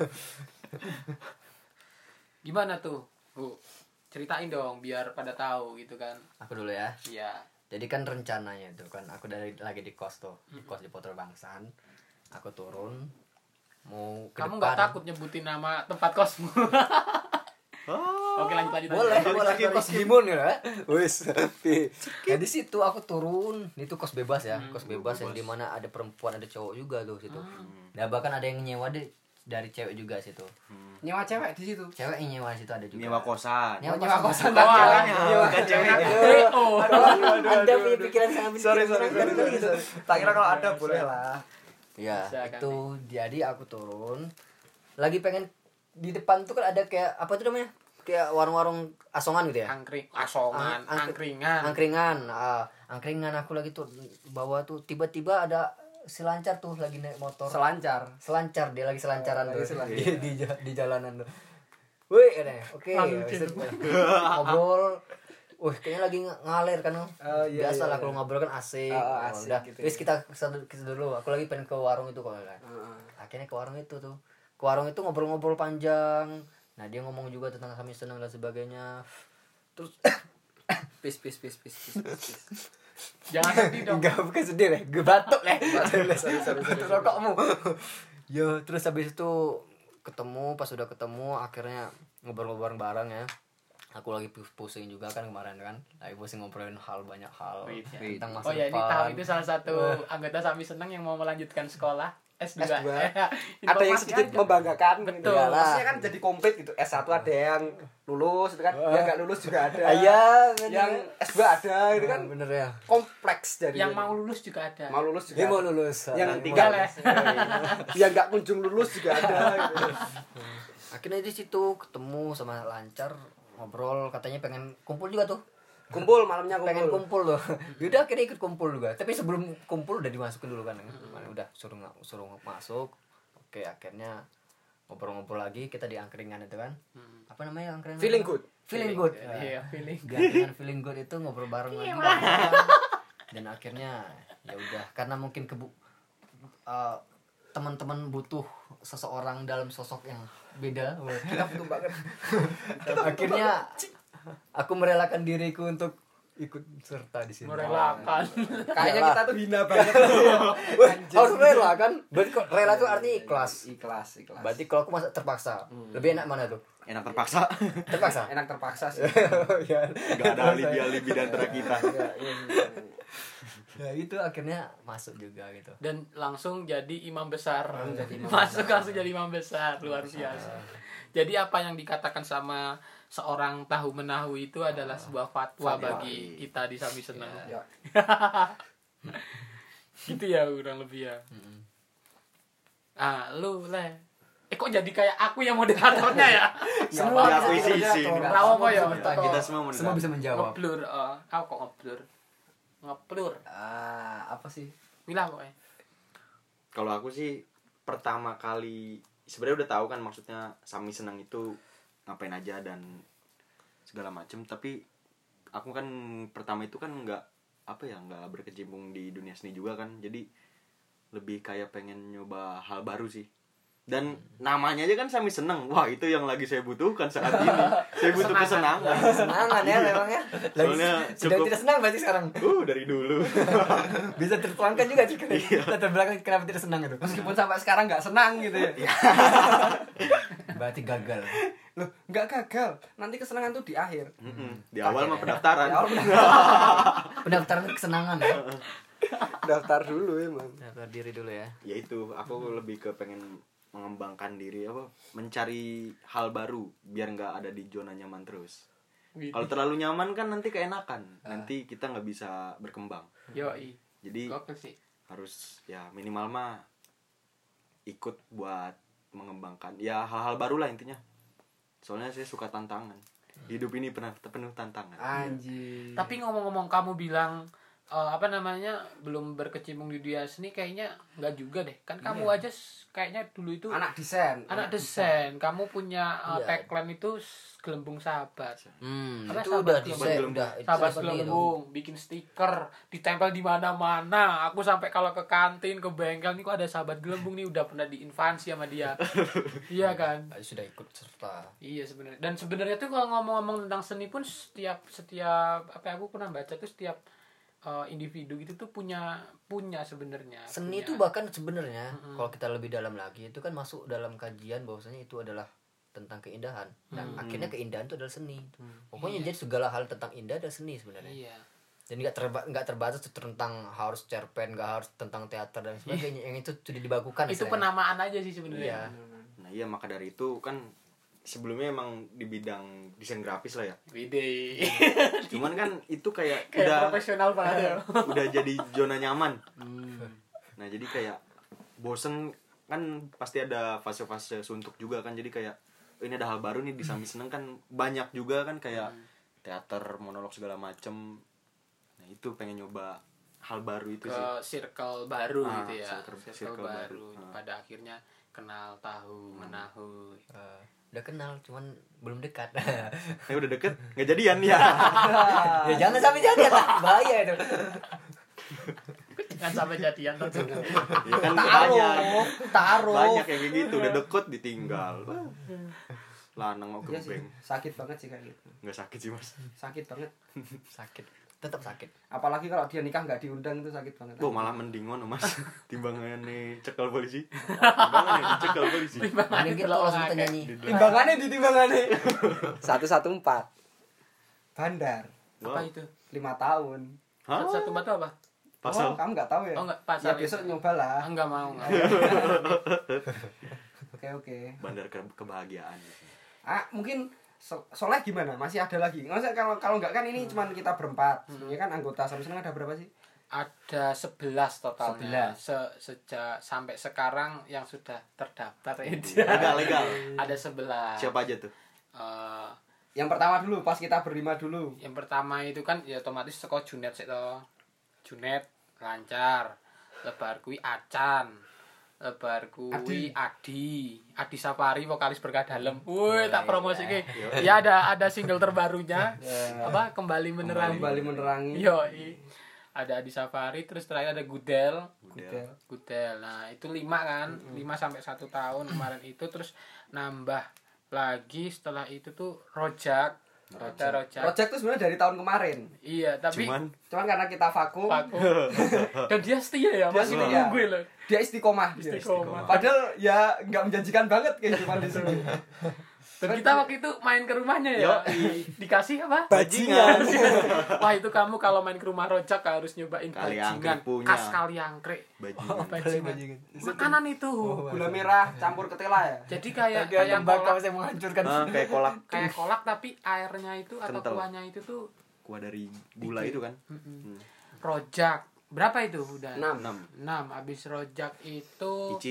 Gimana tuh, Bu? Ceritain dong biar pada tahu gitu kan. Aku dulu ya. Iya. Jadi kan rencananya itu kan aku lagi di kos tuh, di kos di Potor Bangsan. Aku turun mau ke Kamu depan. nggak takut nyebutin nama tempat kosmu? Oke, lanjut. Boleh kos Gimun ya. Wis. Nah di situ aku turun, itu kos bebas ya, kos bebas yang dimana ada perempuan ada cowok juga tuh situ. Nah bahkan ada yang nyewa dari cewek juga situ. Nyewa cewek di situ. Cewek yang nyewa di situ ada juga. Nyewa kosan. Nyewa kosan. Bukan cewek. Anda punya pikiran sangat Sorry. Tak kira kalau ada boleh lah. Ya, Bisa kan, itu jadi aku turun. Lagi pengen di depan tuh kan ada kayak apa tuh namanya? Kayak warung-warung asongan gitu ya. Asongan, angkringan. Angkringan aku lagi tuh bawa tuh tiba-tiba ada selancar tuh lagi naik motor. Selancar. Dia lagi selancaran tuh selancar. di jalanan tuh. Wih, oke. Ngobrol. Wih, kayaknya lagi ngalir kan. Iya, Biasa lah iya. kalau ngobrol kan asik. Asik Udah, gitu wis ya. kita dulu. Aku lagi pengen ke warung itu kok kan. Akhirnya ke warung itu tuh. Ke warung itu ngobrol-ngobrol panjang. Nah, dia ngomong juga tentang kami senang dan sebagainya. Terus Pis. Jangan sedih dong. enggak bukan sedih deh, gue batuk deh. Sorry. Terus rokokmu. Yo, terus habis itu pas udah ketemu akhirnya ngobrol-ngobrol bareng ya. Aku lagi pusing juga kan kemarin kan. Lagi pusing ngobrolin banyak hal tentang masa Oh ya, ini depan. tahu itu salah satu anggota Sami Seneng yang mau melanjutkan sekolah S2. S2. Informasi Ada yang sedikit aja. membanggakan. Betul. Iyalah. Maksudnya kan jadi komplit gitu. S1 ada yang lulus itu kan. Yang enggak lulus juga ada. Iya, Yang S2 ada itu kan. bener ya. Kompleks jadi. Yang mau lulus juga ada. mau lulus juga. Dia mau ada. lulus. Yang Tinggal ya. Yang enggak kunjung lulus juga ada gitu. Akhirnya di situ ketemu sama Lancar, ngobrol, katanya pengen kumpul juga tuh. Kumpul malamnya Pengen kumpul. kumpul loh. Yaudah akhirnya ikut kumpul juga. Tapi sebelum kumpul udah dimasukin dulu kan. Udah suruh masuk. Oke, akhirnya ngobrol-ngobrol lagi kita di angkringan itu kan. Apa namanya angkringan? Feeling good. Feeling good. Iya, feeling. Di angkringan feeling good itu ngobrol bareng lagi. Dan akhirnya ya udah karena mungkin teman-teman butuh seseorang dalam sosok yang beda. Kita butuh banget. Akhirnya aku merelakan diriku untuk ikut serta di sini. Merelakan. Kayaknya kita tuh hina banget. Harus rela kan? Berarti kok rela tuh artinya ikhlas. Ikhlas. Berarti kalau aku masa terpaksa, lebih enak mana tuh? Enak terpaksa. Terpaksa. Enak terpaksa sih. Ya. Enggak ada alibi-alibi di antara kita. Ya itu akhirnya masuk juga gitu. Dan langsung jadi imam besar. jadi imam Masuk langsung jadi imam besar, luar biasa. Jadi apa yang dikatakan sama seorang tahu menahu itu adalah sebuah fatwa bagi kita di Sami Seneng. Ya. Gitu ya kurang lebih ya. Lu Le. Kok jadi kayak aku yang moderatornya ya? Semua Ya, bisa akuisisi. moderator. Rawa apa ya? Kita semua Semua mendengar. bisa menjawab. Ngeblur. Aku kok ngeblur. Ngeblur. Apa sih? Bilang pokoknya. Kalau aku sih pertama kali sebenarnya udah tahu kan maksudnya Sami Senang itu ngapain aja dan segala macem, tapi aku kan pertama itu kan nggak berkecimpung di dunia seni juga kan, jadi lebih kayak pengen nyoba hal baru sih. Dan namanya aja kan Sami Seneng. Wah, itu yang lagi saya butuhkan saat ini. Saya butuh kesenangan. Senangan ya memang ya. Soalnya Sedang cukup tidak senang berarti sekarang. dari dulu. Bisa tertuangkan juga sih. Latar belakang kenapa tidak senang itu. Meskipun sampai sekarang nggak senang gitu ya. Berarti gagal. Loh, nggak gagal. Nanti kesenangan tuh di akhir. Di awal mah pendaftaran. Ya, Pendaftaran kesenangan ya. daftar dulu emang. Daftar diri dulu ya. Ya itu, aku lebih ke pengen mengembangkan diri mencari hal baru biar nggak ada di zona nyaman terus. Kalau terlalu nyaman kan nanti keenakan, nanti kita nggak bisa berkembang. Yoi. Jadi Gokil sih. harus ya minimal mah ikut buat mengembangkan ya hal-hal baru lah intinya. Soalnya saya suka tantangan. Hidup ini penuh tantangan. Anjir. Tapi ngomong-ngomong kamu bilang belum berkecimpung di dunia seni, kayaknya nggak juga deh. Kan kamu aja kayaknya dulu itu Anak desain. desain. Kamu punya Iya. tagline itu gelembung sahabat. Apa Itu sahabat udah gelembung? desain, udah itu Sahabat seni itu. gelembung, bikin stiker, ditempel di mana-mana. Aku sampai kalau ke kantin, ke bengkel nih kok ada sahabat gelembung nih, udah pernah diinvasi sama dia. Iya kan? Sudah ikut serta. Iya sebenarnya. Dan sebenarnya tuh kalau ngomong-ngomong tentang seni pun setiap apa aku pernah baca tuh setiap individu gitu tuh punya sebenarnya. Seni Punya. itu bahkan sebenarnya kalau kita lebih dalam lagi itu kan masuk dalam kajian bahwasanya itu adalah tentang keindahan. Nah, akhirnya keindahan itu adalah seni. Pokoknya jadi segala hal tentang indah adalah seni sebenarnya. Iya. Dan nggak terbatas tentang harus cerpen, nggak harus tentang teater dan sebagainya. Yang itu sudah dibakukan. Itu istilahnya. penamaan aja sih sebenarnya. Iya. Nah iya, maka dari itu kan sebelumnya emang di bidang desain grafis lah ya. Wide. Cuman kan itu kayak Kayak udah profesional banget ya. udah jadi zona nyaman. Nah jadi kayak bosen kan, pasti ada fase-fase suntuk juga kan. Jadi kayak ini ada hal baru nih di Sami Seneng kan, banyak juga kan kayak teater, monolog segala macem. Nah itu pengen nyoba hal baru itu sih. Ke circle baru gitu ya. circle baru. baru. Pada akhirnya kenal, tahu, menahu. Udah kenal, cuman belum dekat. Udah deket nggak jadian ya. Ya jangan sampai jadian lah, bahaya itu. Jangan sampai jadian tuh. Ya kan banyak Taruh. banyak yang kayak gitu, udah deket ditinggal. Lanang mau Iya sih, gebeng. sakit banget sih kayak gitu. Nggak sakit sih mas. Sakit banget. Sakit, tetap sakit. Apalagi kalau dia nikah nggak diundang itu sakit banget. Malah mendingan mas. Timbangannya cekal polisi. Timbangannya dicekal polisi. Mending kita langsung kita nyanyi. Timbangannya 114. Bandar. Apa itu? 5 tahun. Hah? Satu batu apa? Pasal. Oh, kamu nggak tahu ya? Oh, nggak, pasal Ya besok itu. nyoba lah. Enggak mau. Oke. Bandar kebahagiaan. Mungkin Soleh gimana? Masih ada lagi? Nggak usah, kalau nggak kan ini cuman kita berempat. Sebenarnya kan anggota Sami Seneng ada berapa sih? Ada 11 totalnya. 11. Sejak sampai sekarang yang sudah terdaftar itu. Legal. Ada 11. Siapa aja tuh? Eh, Yang pertama dulu, pas kita berlima dulu. yang pertama itu kan ya otomatis teko Junet sik to. Junet lancar. Lebar kuwi Acan. Lebar kuwi Adi Safari, vokalis Berkah Dalem. Woi, tak promosike. Ya ada single terbarunya. Apa? Kembali Menerangi. Kembali menerangi. Yo, ada Adi Safari, terus terakhir ada Gudel. Gudel. Nah, itu 5 kan. 5 sampai 1 tahun kemarin itu, terus nambah lagi setelah itu tuh Rojak. Project tuh sebenarnya dari tahun kemarin. Iya, tapi Cuman Karena kita vakum, Paku. Dan dia setia ya, Dia masih setia. nunggu loh. dia istiqomah. Istiqomah. Padahal ya nggak menjanjikan banget kehidupan di sini. Dan kita waktu itu main ke rumahnya ya. Dikasih apa? bajingan. Wah, itu kamu kalau main ke rumah Rojak harus nyobain Kaliangkrik bajingan punya. khas Kaliangkrik. Bajingan. Makanan itu. Gula merah campur ketela ya. Jadi kayak bakal kolak, saya menghancurkan. Kayak kolak. kayak kolak tapi airnya itu atau Kental. kuahnya itu tuh Kuah dari gula itu kan. Rojak. Berapa itu udah? 6. 6. Habis Rojak itu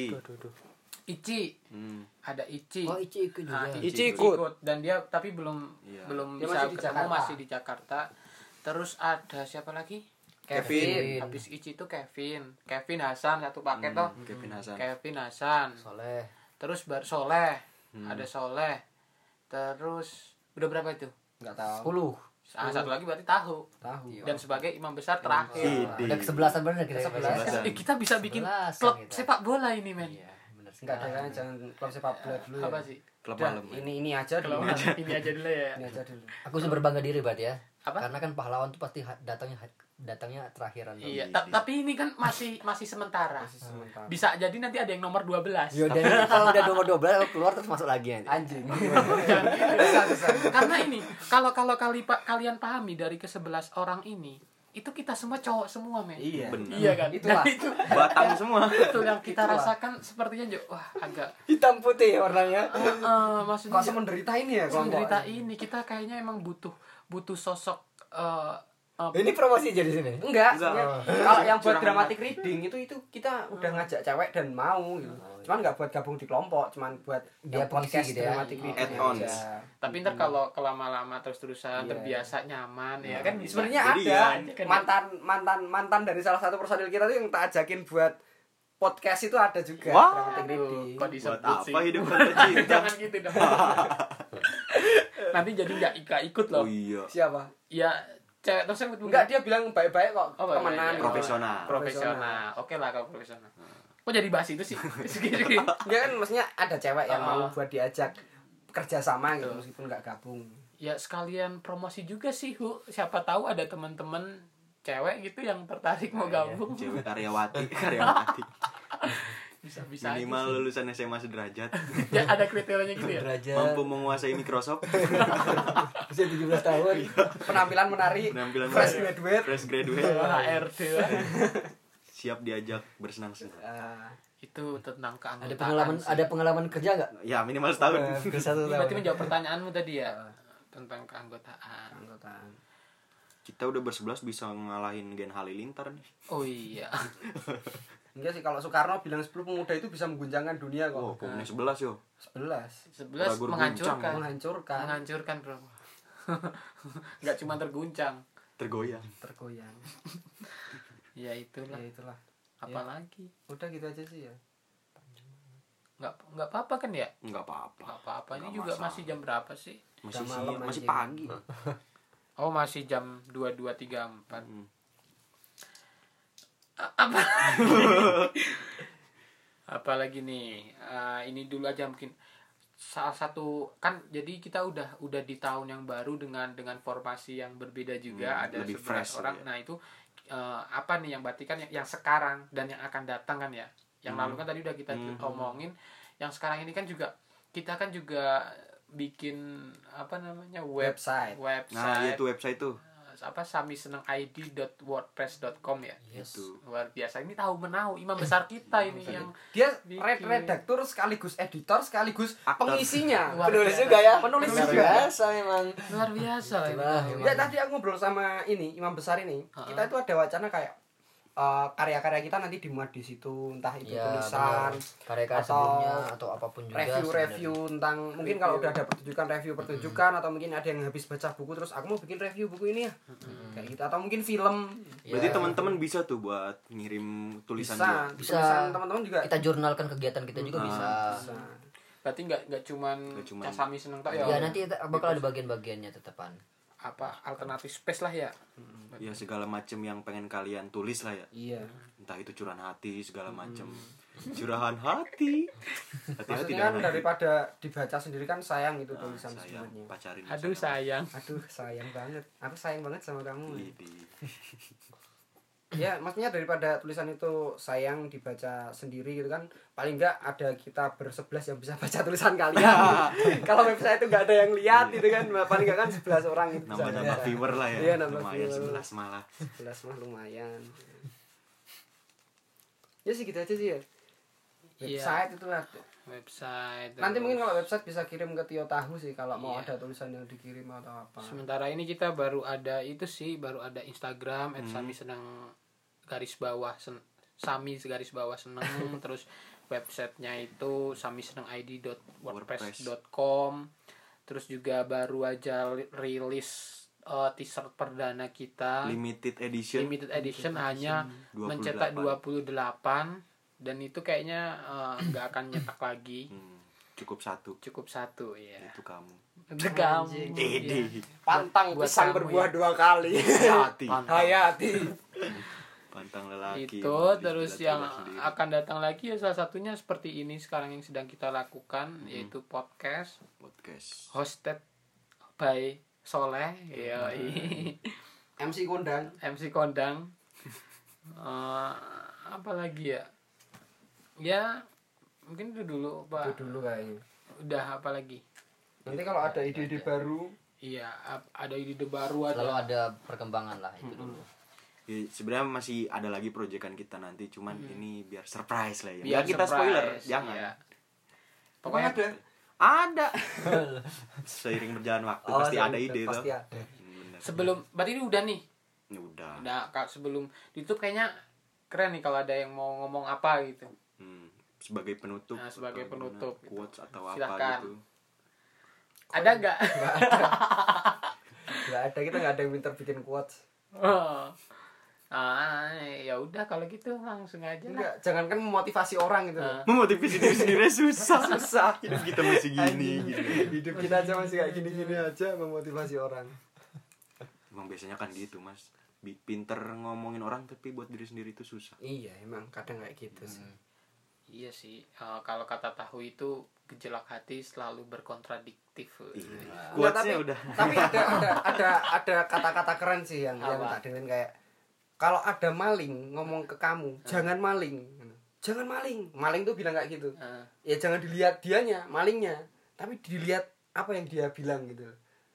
Ici. Ada Ici. Oh, Ici ikut juga. Nah, Ici ikut dan dia tapi belum Iya. Dia bisa masih di ketemu, Jakarta. masih di Jakarta. Terus ada siapa lagi? Kevin. Habis Ici itu Kevin Hasan satu paket toh. Kevin Hasan. Kevin Hasan. Soleh. Terus Soleh. Ada Soleh. Terus udah berapa itu? Nggak tahu. 10. Satu lagi berarti tahu. Dan sebagai imam besar terakhir. Idi. Ada kesebelasan bener kita. Kesebelasan. Kita bisa bikin 11-an klub kita. sepak bola ini, men. Iya, bener sih. Enggak ada kan, jangan klub sepak bola dulu ya. Apa sih? Klub Udah, malam. ini aja Kalau dulu. ini aja dulu ya. Ini aja dulu. Aku sih berbangga diri berarti ya. Apa? Karena kan pahlawan tuh pasti datangnya terakhiran. Iya, tapi ini kan masih sementara. Masih sementara. Bisa jadi nanti ada yang nomor 12. Yaudah, ini kalau udah nomor 12 aku keluar terus masuk lagi nanti. Anjing. Jangan gitu. Bisa. Karena ini kalau kalian pahami dari ke-11 orang ini, itu kita semua cowok semua, men. Iya. Benar. Iya kan? Itulah. Dan itu Batang semua. itu yang kita Itulah. rasakan sepertinya wah agak Hitam putih warnanya. maksudnya Kok semenderita ini ya kelompok? menderita ini kita kayaknya emang butuh sosok Ini promosi jadi sini. Enggak, Enggak. sebenarnya kalau yang buat Curang dramatic reading itu kita udah ngajak cewek dan mau gitu. Cuman enggak buat gabung di kelompok, cuman buat Dia yang podcast pengisi gitu ya. dramatic reading Add-ons. aja. tapi ntar kalau lama-lama terus-terusan Iya. terbiasa nyaman ya kan bisa. Sebenarnya Jadi ada mantan dari salah satu personil kita tuh yang tak ajakin buat podcast itu ada juga Wah. dramatic reading. Kok Buat disebut sih? apa hidup tanpa cinta? Jangan gitu dong. Nanti jadi nggak ikut loh. Oh iya. Siapa? Ya cewek tersebut Enggak, dia bilang baik-baik kok, Oh, baik-baik, temenan. ya. Profesional. Profesional. Oke lah kalau profesional. Kok jadi bahas itu sih? Enggak kan maksudnya ada cewek yang mau Oh. buat diajak kerja sama gitu Betul. meskipun enggak gabung. Ya sekalian promosi juga sih, Hu. Siapa tahu ada teman-teman cewek gitu yang tertarik mau gabung. Cewek karyawati. Bisa Minimal lulusan SMA sederajat. Ya ada kriterianya gitu ya. Derajat. Mampu menguasai Microsoft. Usia 17 tahun. Penampilan menarik, Penampilan fresh menarik. graduate. Fresh graduate. HRD lah. Siap diajak bersenang-senang. Itu tentang keanggotaan. Ada pengalaman kerja enggak? Ya minimal setahun. Ke 1 Ini tahun. berarti menjawab pertanyaanmu tadi ya tentang keanggotaan. Anggotaan. Kita udah bersebelas bisa ngalahin Gen Halilintar nih. Oh iya. Enggak sih, kalau Soekarno bilang 10 pemuda itu bisa mengguncangkan dunia kok. Oh, punya 11 yo. 11. 11 Ragu menghancurkan. Menghancurkan, Menghancurkan, Bro. Enggak cuma terguncang. Tergoyang. tergoyang. Ya itulah. Ya itulah. Apalagi. Udah gitu aja sih ya. Enggak apa-apa kan ya? Enggak apa-apa. Enggak apa-apa. Ini Nggak juga masalah. masih jam berapa sih? Masih Udah malam, siang, masih anjing. pagi. Oh, masih jam 22.34. Hmm. Apa? Apalagi nih? Ini dulu aja mungkin salah satu kan jadi kita udah di tahun yang baru dengan formasi yang berbeda juga, ada lebih 11 fresh orang. ya. Nah, itu apa nih yang berarti kan yang sekarang dan yang akan datang kan ya. Yang lalu kan tadi udah kita omongin. Yang sekarang ini kan juga kita kan juga bikin apa namanya Website. Nah, itu website tuh. apa samisenengid.wordpress.com ya. Yes. Itu. Luar biasa, ini tahu menahu imam besar kita ini yang Dia bikin. redaktur sekaligus editor sekaligus Aktor. pengisinya. Luar Penulis biasa. juga ya. Penulis Luar juga. biasa emang. luar biasa Itulah, ini. Ya tadi aku ngobrol sama ini imam besar ini. Kita itu ada wacana kayak karya-karya kita nanti dimuat di situ, entah itu Ya, tulisan karya-karya atau sebelumnya atau apapun juga. review-review tentang mungkin kalau udah ada pertunjukan review-pertunjukan atau mungkin ada yang habis baca buku terus aku mau bikin review buku ini ya. Kayak gitu atau mungkin film. Berarti Ya. teman-teman bisa tuh buat ngirim tulisan Bisa. dia. Bisa. Tulisan teman-teman juga Kita jurnalkan kegiatan kita juga bisa. bisa. Berarti nggak cuman cuman- Sami seneng tok Ya nanti bakal ada bagian-bagiannya tetepan. apa alternatif space lah ya. Ya segala macam yang pengen kalian tulis lah ya. Iya. Entah itu curahan hati segala macam. Curahan hati. Hati-hati Maksudnya kan dengan hati. daripada dibaca sendiri kan sayang itu tulisan Sayang, sebenarnya. pacarin. Aduh sayang. Aduh, sayang banget. Aku sayang banget sama kamu. Widih. Ya, maksudnya daripada tulisan itu sayang dibaca sendiri gitu kan, paling enggak ada kita bersebelas yang bisa baca tulisan kalian. Kalau website itu enggak ada yang lihat gitu kan, paling enggak kan 11 orang itu bisa Nambah-nambah baca. viewer lah ya. Iya, nambah Lumayan viewer. 11 malah. 11 mah lumayan. Ya sih gitu aja sih ya. Iya. Website itu ada. Website. Nanti terus. mungkin kalau website bisa kirim ke Tio Tahu sih kalau mau Iya. ada tulisan yang dikirim atau apa. Sementara ini kita baru ada itu sih, baru ada Instagram @sami seneng Sami garis bawah seneng terus websitenya itu samisenengid.wordpress.com. Terus juga baru aja rilis t-shirt perdana kita Limited edition. hanya 28. mencetak 28 dan itu kayaknya nggak akan nyetak lagi. Cukup satu. Cukup satu ya. Itu kamu. Kamu. Ede. Pantang Buat pisang kamu berbuah ya. 2 kali. Hati. Hayati. Pantang lelaki. itu terus yang akan datang lagi ya salah satunya seperti ini sekarang yang sedang kita lakukan yaitu podcast hosted by Soleh MC kondang. MC kondang. Apa lagi ya mungkin itu dulu Pak. Itu dulu kayaknya. Udah apa lagi Nanti kalau ada ide-ide baru, iya ada ide baru Selalu ada ada perkembangan lah itu dulu. Ya, sebenarnya masih ada lagi proyekan kita nanti, cuman ini biar surprise lah ya. biar Biar kita surprise, spoiler, jangan. iya. pokoknya Pokoknya ada. Seiring berjalan waktu Oh, pasti ada seiring- ide Pasti tuh. ada. Bener. sebelum berarti ini udah nih Ya udah. sebelum di YouTube kayaknya keren nih kalau ada yang mau ngomong apa gitu. Sebagai penutup. Nah, sebagai atau penutup gimana, quotes atau Silakan. apa gitu. Ada nggak? Nggak ada, kita nggak ada yang pintar bikin quotes. Ya udah kalau gitu langsung aja lah. Enggak, jangankan memotivasi orang gitu. Memotivasi diri sendiri susah. Hidup kita masih gini. Hidup kita aja masih kayak gini-gini aja memotivasi orang. Emang biasanya kan gitu, Mas. Pinter ngomongin orang tapi buat diri sendiri itu susah. Iya, emang kadang kayak gitu sih. Iya sih. Kalau kata tahu itu gejolak hati selalu berkontradiktif. Enggak, Quotesnya udah. tapi ada kata-kata keren sih yang Apa? tak dengerin kayak kalau ada maling ngomong ke kamu, jangan maling. Jangan maling. Maling tuh bilang kayak gitu. Ya jangan dilihat dianya, malingnya, tapi dilihat apa yang dia bilang gitu.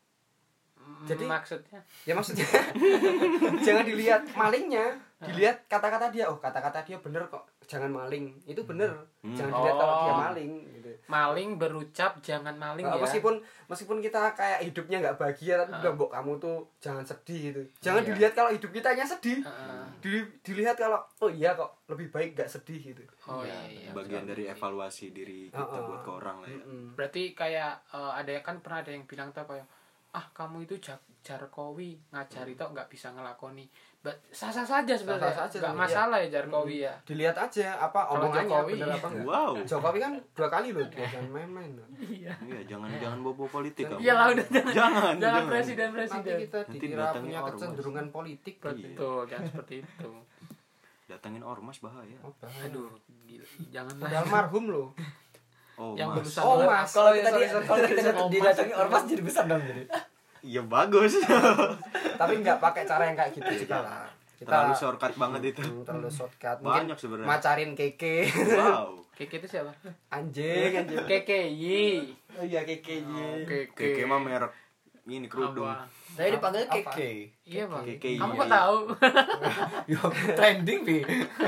Jadi maksudnya ya maksudnya jangan dilihat malingnya, dilihat kata-kata dia. Oh, kata-kata dia bener kok, jangan maling. Itu bener. Jangan dilihat kalau dia maling gitu. maling berucap jangan maling ya. Meskipun kita kayak hidupnya nggak bahagia, tapi udah mbok kamu tuh jangan sedih gitu. Jangan dilihat kalau hidup kita hanya sedih. Dilihat kalau oh iya kok lebih baik nggak sedih gitu. Oh iya. Bagian dari evaluasi diri kita buat ke orang lah ya. Berarti kayak ada kan pernah ada yang bilang tuh apa ya? Kamu itu Jarkowi ngajari tok nggak bisa ngelakoni. Sah-sah saja sebenarnya. Sah-sah saja Nggak sebenarnya. masalah ya Jarkowi ya. Dilihat aja apa Kalau omongannya Jokowi, bener apa enggak. Wow. Jokowi kan 2 kali loh dia jangan main-main loh. Iya, jangan bawa politik kamu. Iyalah udah Jangan. jangan Nanti presiden. kita Nanti dikira datangnya punya ormas. kecenderungan politik. Betul, jangan seperti itu. Datangin ormas bahaya. Oh, bahaya. Aduh, gila. Jangan Udah lah. almarhum loh. Oh, Yang Mas. berusaha Oh, Mas. Kalau Sorry, kita sorry. kalau kita didatangi ormas jadi besar dong jadi. Iya bagus. Tapi nggak pakai cara yang kayak gitu juga lah. Terlalu shortcut banget itu. Terlalu shortcut. Banyak sebenarnya. Macarin keke. Wow. Keke itu siapa? Anjing. KKI. Oh iya keke. Keke mah merek ini kerudung. Apa? Saya dipanggil Apa? Keke. Iya, Bang. KKI. Kamu kok tahu? Yo trending bi.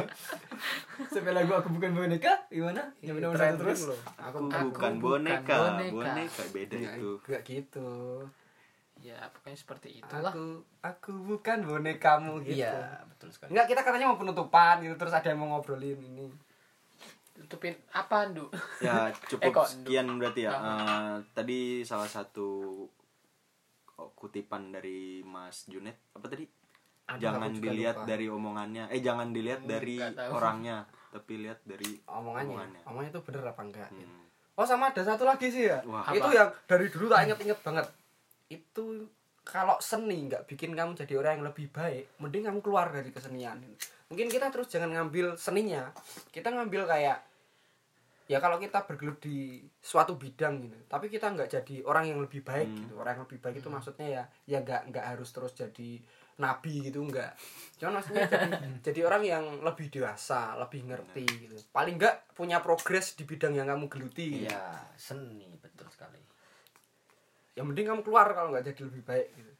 Sampai lagu aku bukan boneka gimana? Yang nomor satu terus. loh. Aku Aku bukan bukan boneka. boneka. Boneka beda itu. Enggak gitu. Ya, pokoknya seperti itulah. Aku bukan bonekamu gitu. Iya, betul sekali. Enggak, kita katanya mau penutupan gitu, terus ada yang mau ngobrolin ini. Tutupin apa, Ndu? Ya cukup kok, sekian berarti ya. Tadi salah satu kutipan dari Mas Junet apa tadi? Jangan aku juga dilihat lupa. dari omongannya. Jangan dilihat dari nggak tahu. orangnya, tapi lihat dari Omongannya. Omongannya itu bener apa enggak? gitu. Hmm. Oh, sama ada satu lagi sih ya. Wah, itu apa? yang dari dulu tak inget-inget banget. Itu kalau seni nggak bikin kamu jadi orang yang lebih baik, mending kamu keluar dari kesenian. Mungkin kita terus jangan ngambil seninya, kita ngambil kayak ya kalau kita bergelut di suatu bidang gitu, tapi kita nggak jadi orang yang lebih baik gitu. Orang yang lebih baik itu maksudnya ya nggak harus terus jadi nabi gitu, nggak. Cuman maksudnya jadi orang yang lebih dewasa, lebih ngerti gitu. Paling nggak punya progres di bidang yang kamu geluti. Gitu. Iya, seni betul sekali. Yang mending kamu keluar kalau nggak jadi lebih baik gitu.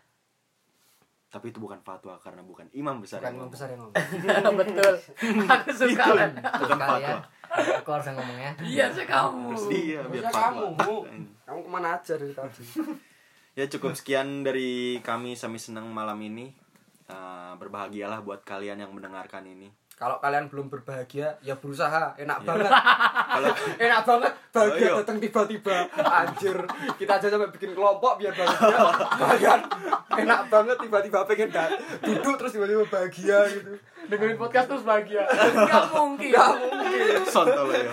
Tapi itu bukan fatwa karena bukan imam besar. Bukan yang imam ngomong. besar yang ngomong. Betul. Aku suka. Bukan Sekali ya. fatwa. Aku harus yang ngomongnya. Iya, saya kamu. Iya, biar Harusnya fatwa. kamu kemana aja dari tadi? Ya cukup sekian dari kami Senang malam ini. Berbahagialah buat kalian yang mendengarkan ini. Kalau kalian belum berbahagia, ya berusaha. Enak banget. Kalau Enak banget. Bahagia Oh, iya. datang tiba-tiba. Anjir. Kita aja sampai bikin kelompok biar bahagia. Kalian enak banget tiba-tiba pengen duduk terus tiba-tiba bahagia gitu. Dengerin podcast terus bahagia. Enggak mungkin. Gak mungkin. sontol ya.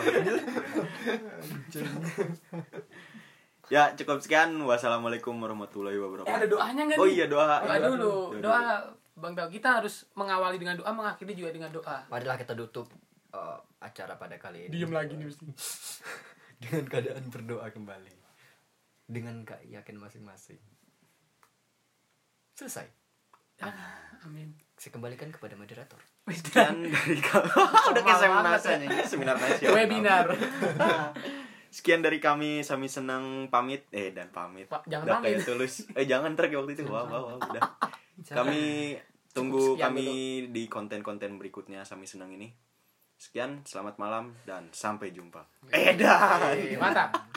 Ya cukup sekian. Wassalamualaikum warahmatullahi wabarakatuh. Ada doanya enggak Oh nih? iya doa. Doa dulu. Doa Bang Tau, kita harus mengawali dengan doa, mengakhiri juga dengan doa. Marilah kita tutup acara pada kali ini. Diem lagi nih mesti. Dengan keadaan berdoa kembali. Dengan keyakinan masing-masing. Selesai. Amin. Saya kembalikan kepada moderator. Sekian dari kami. Udah kayak seminar nasional. Webinar. Sekian dari kami, Sami Senang pamit. Dan pamit. Jangan Udah pamit. kayak tulus. Jangan ntar kayak waktu itu. Wow, udah. Kami tunggu sekian kami di konten-konten berikutnya Sami Senang ini. Sekian, selamat malam dan sampai jumpa. Dah. Mantap.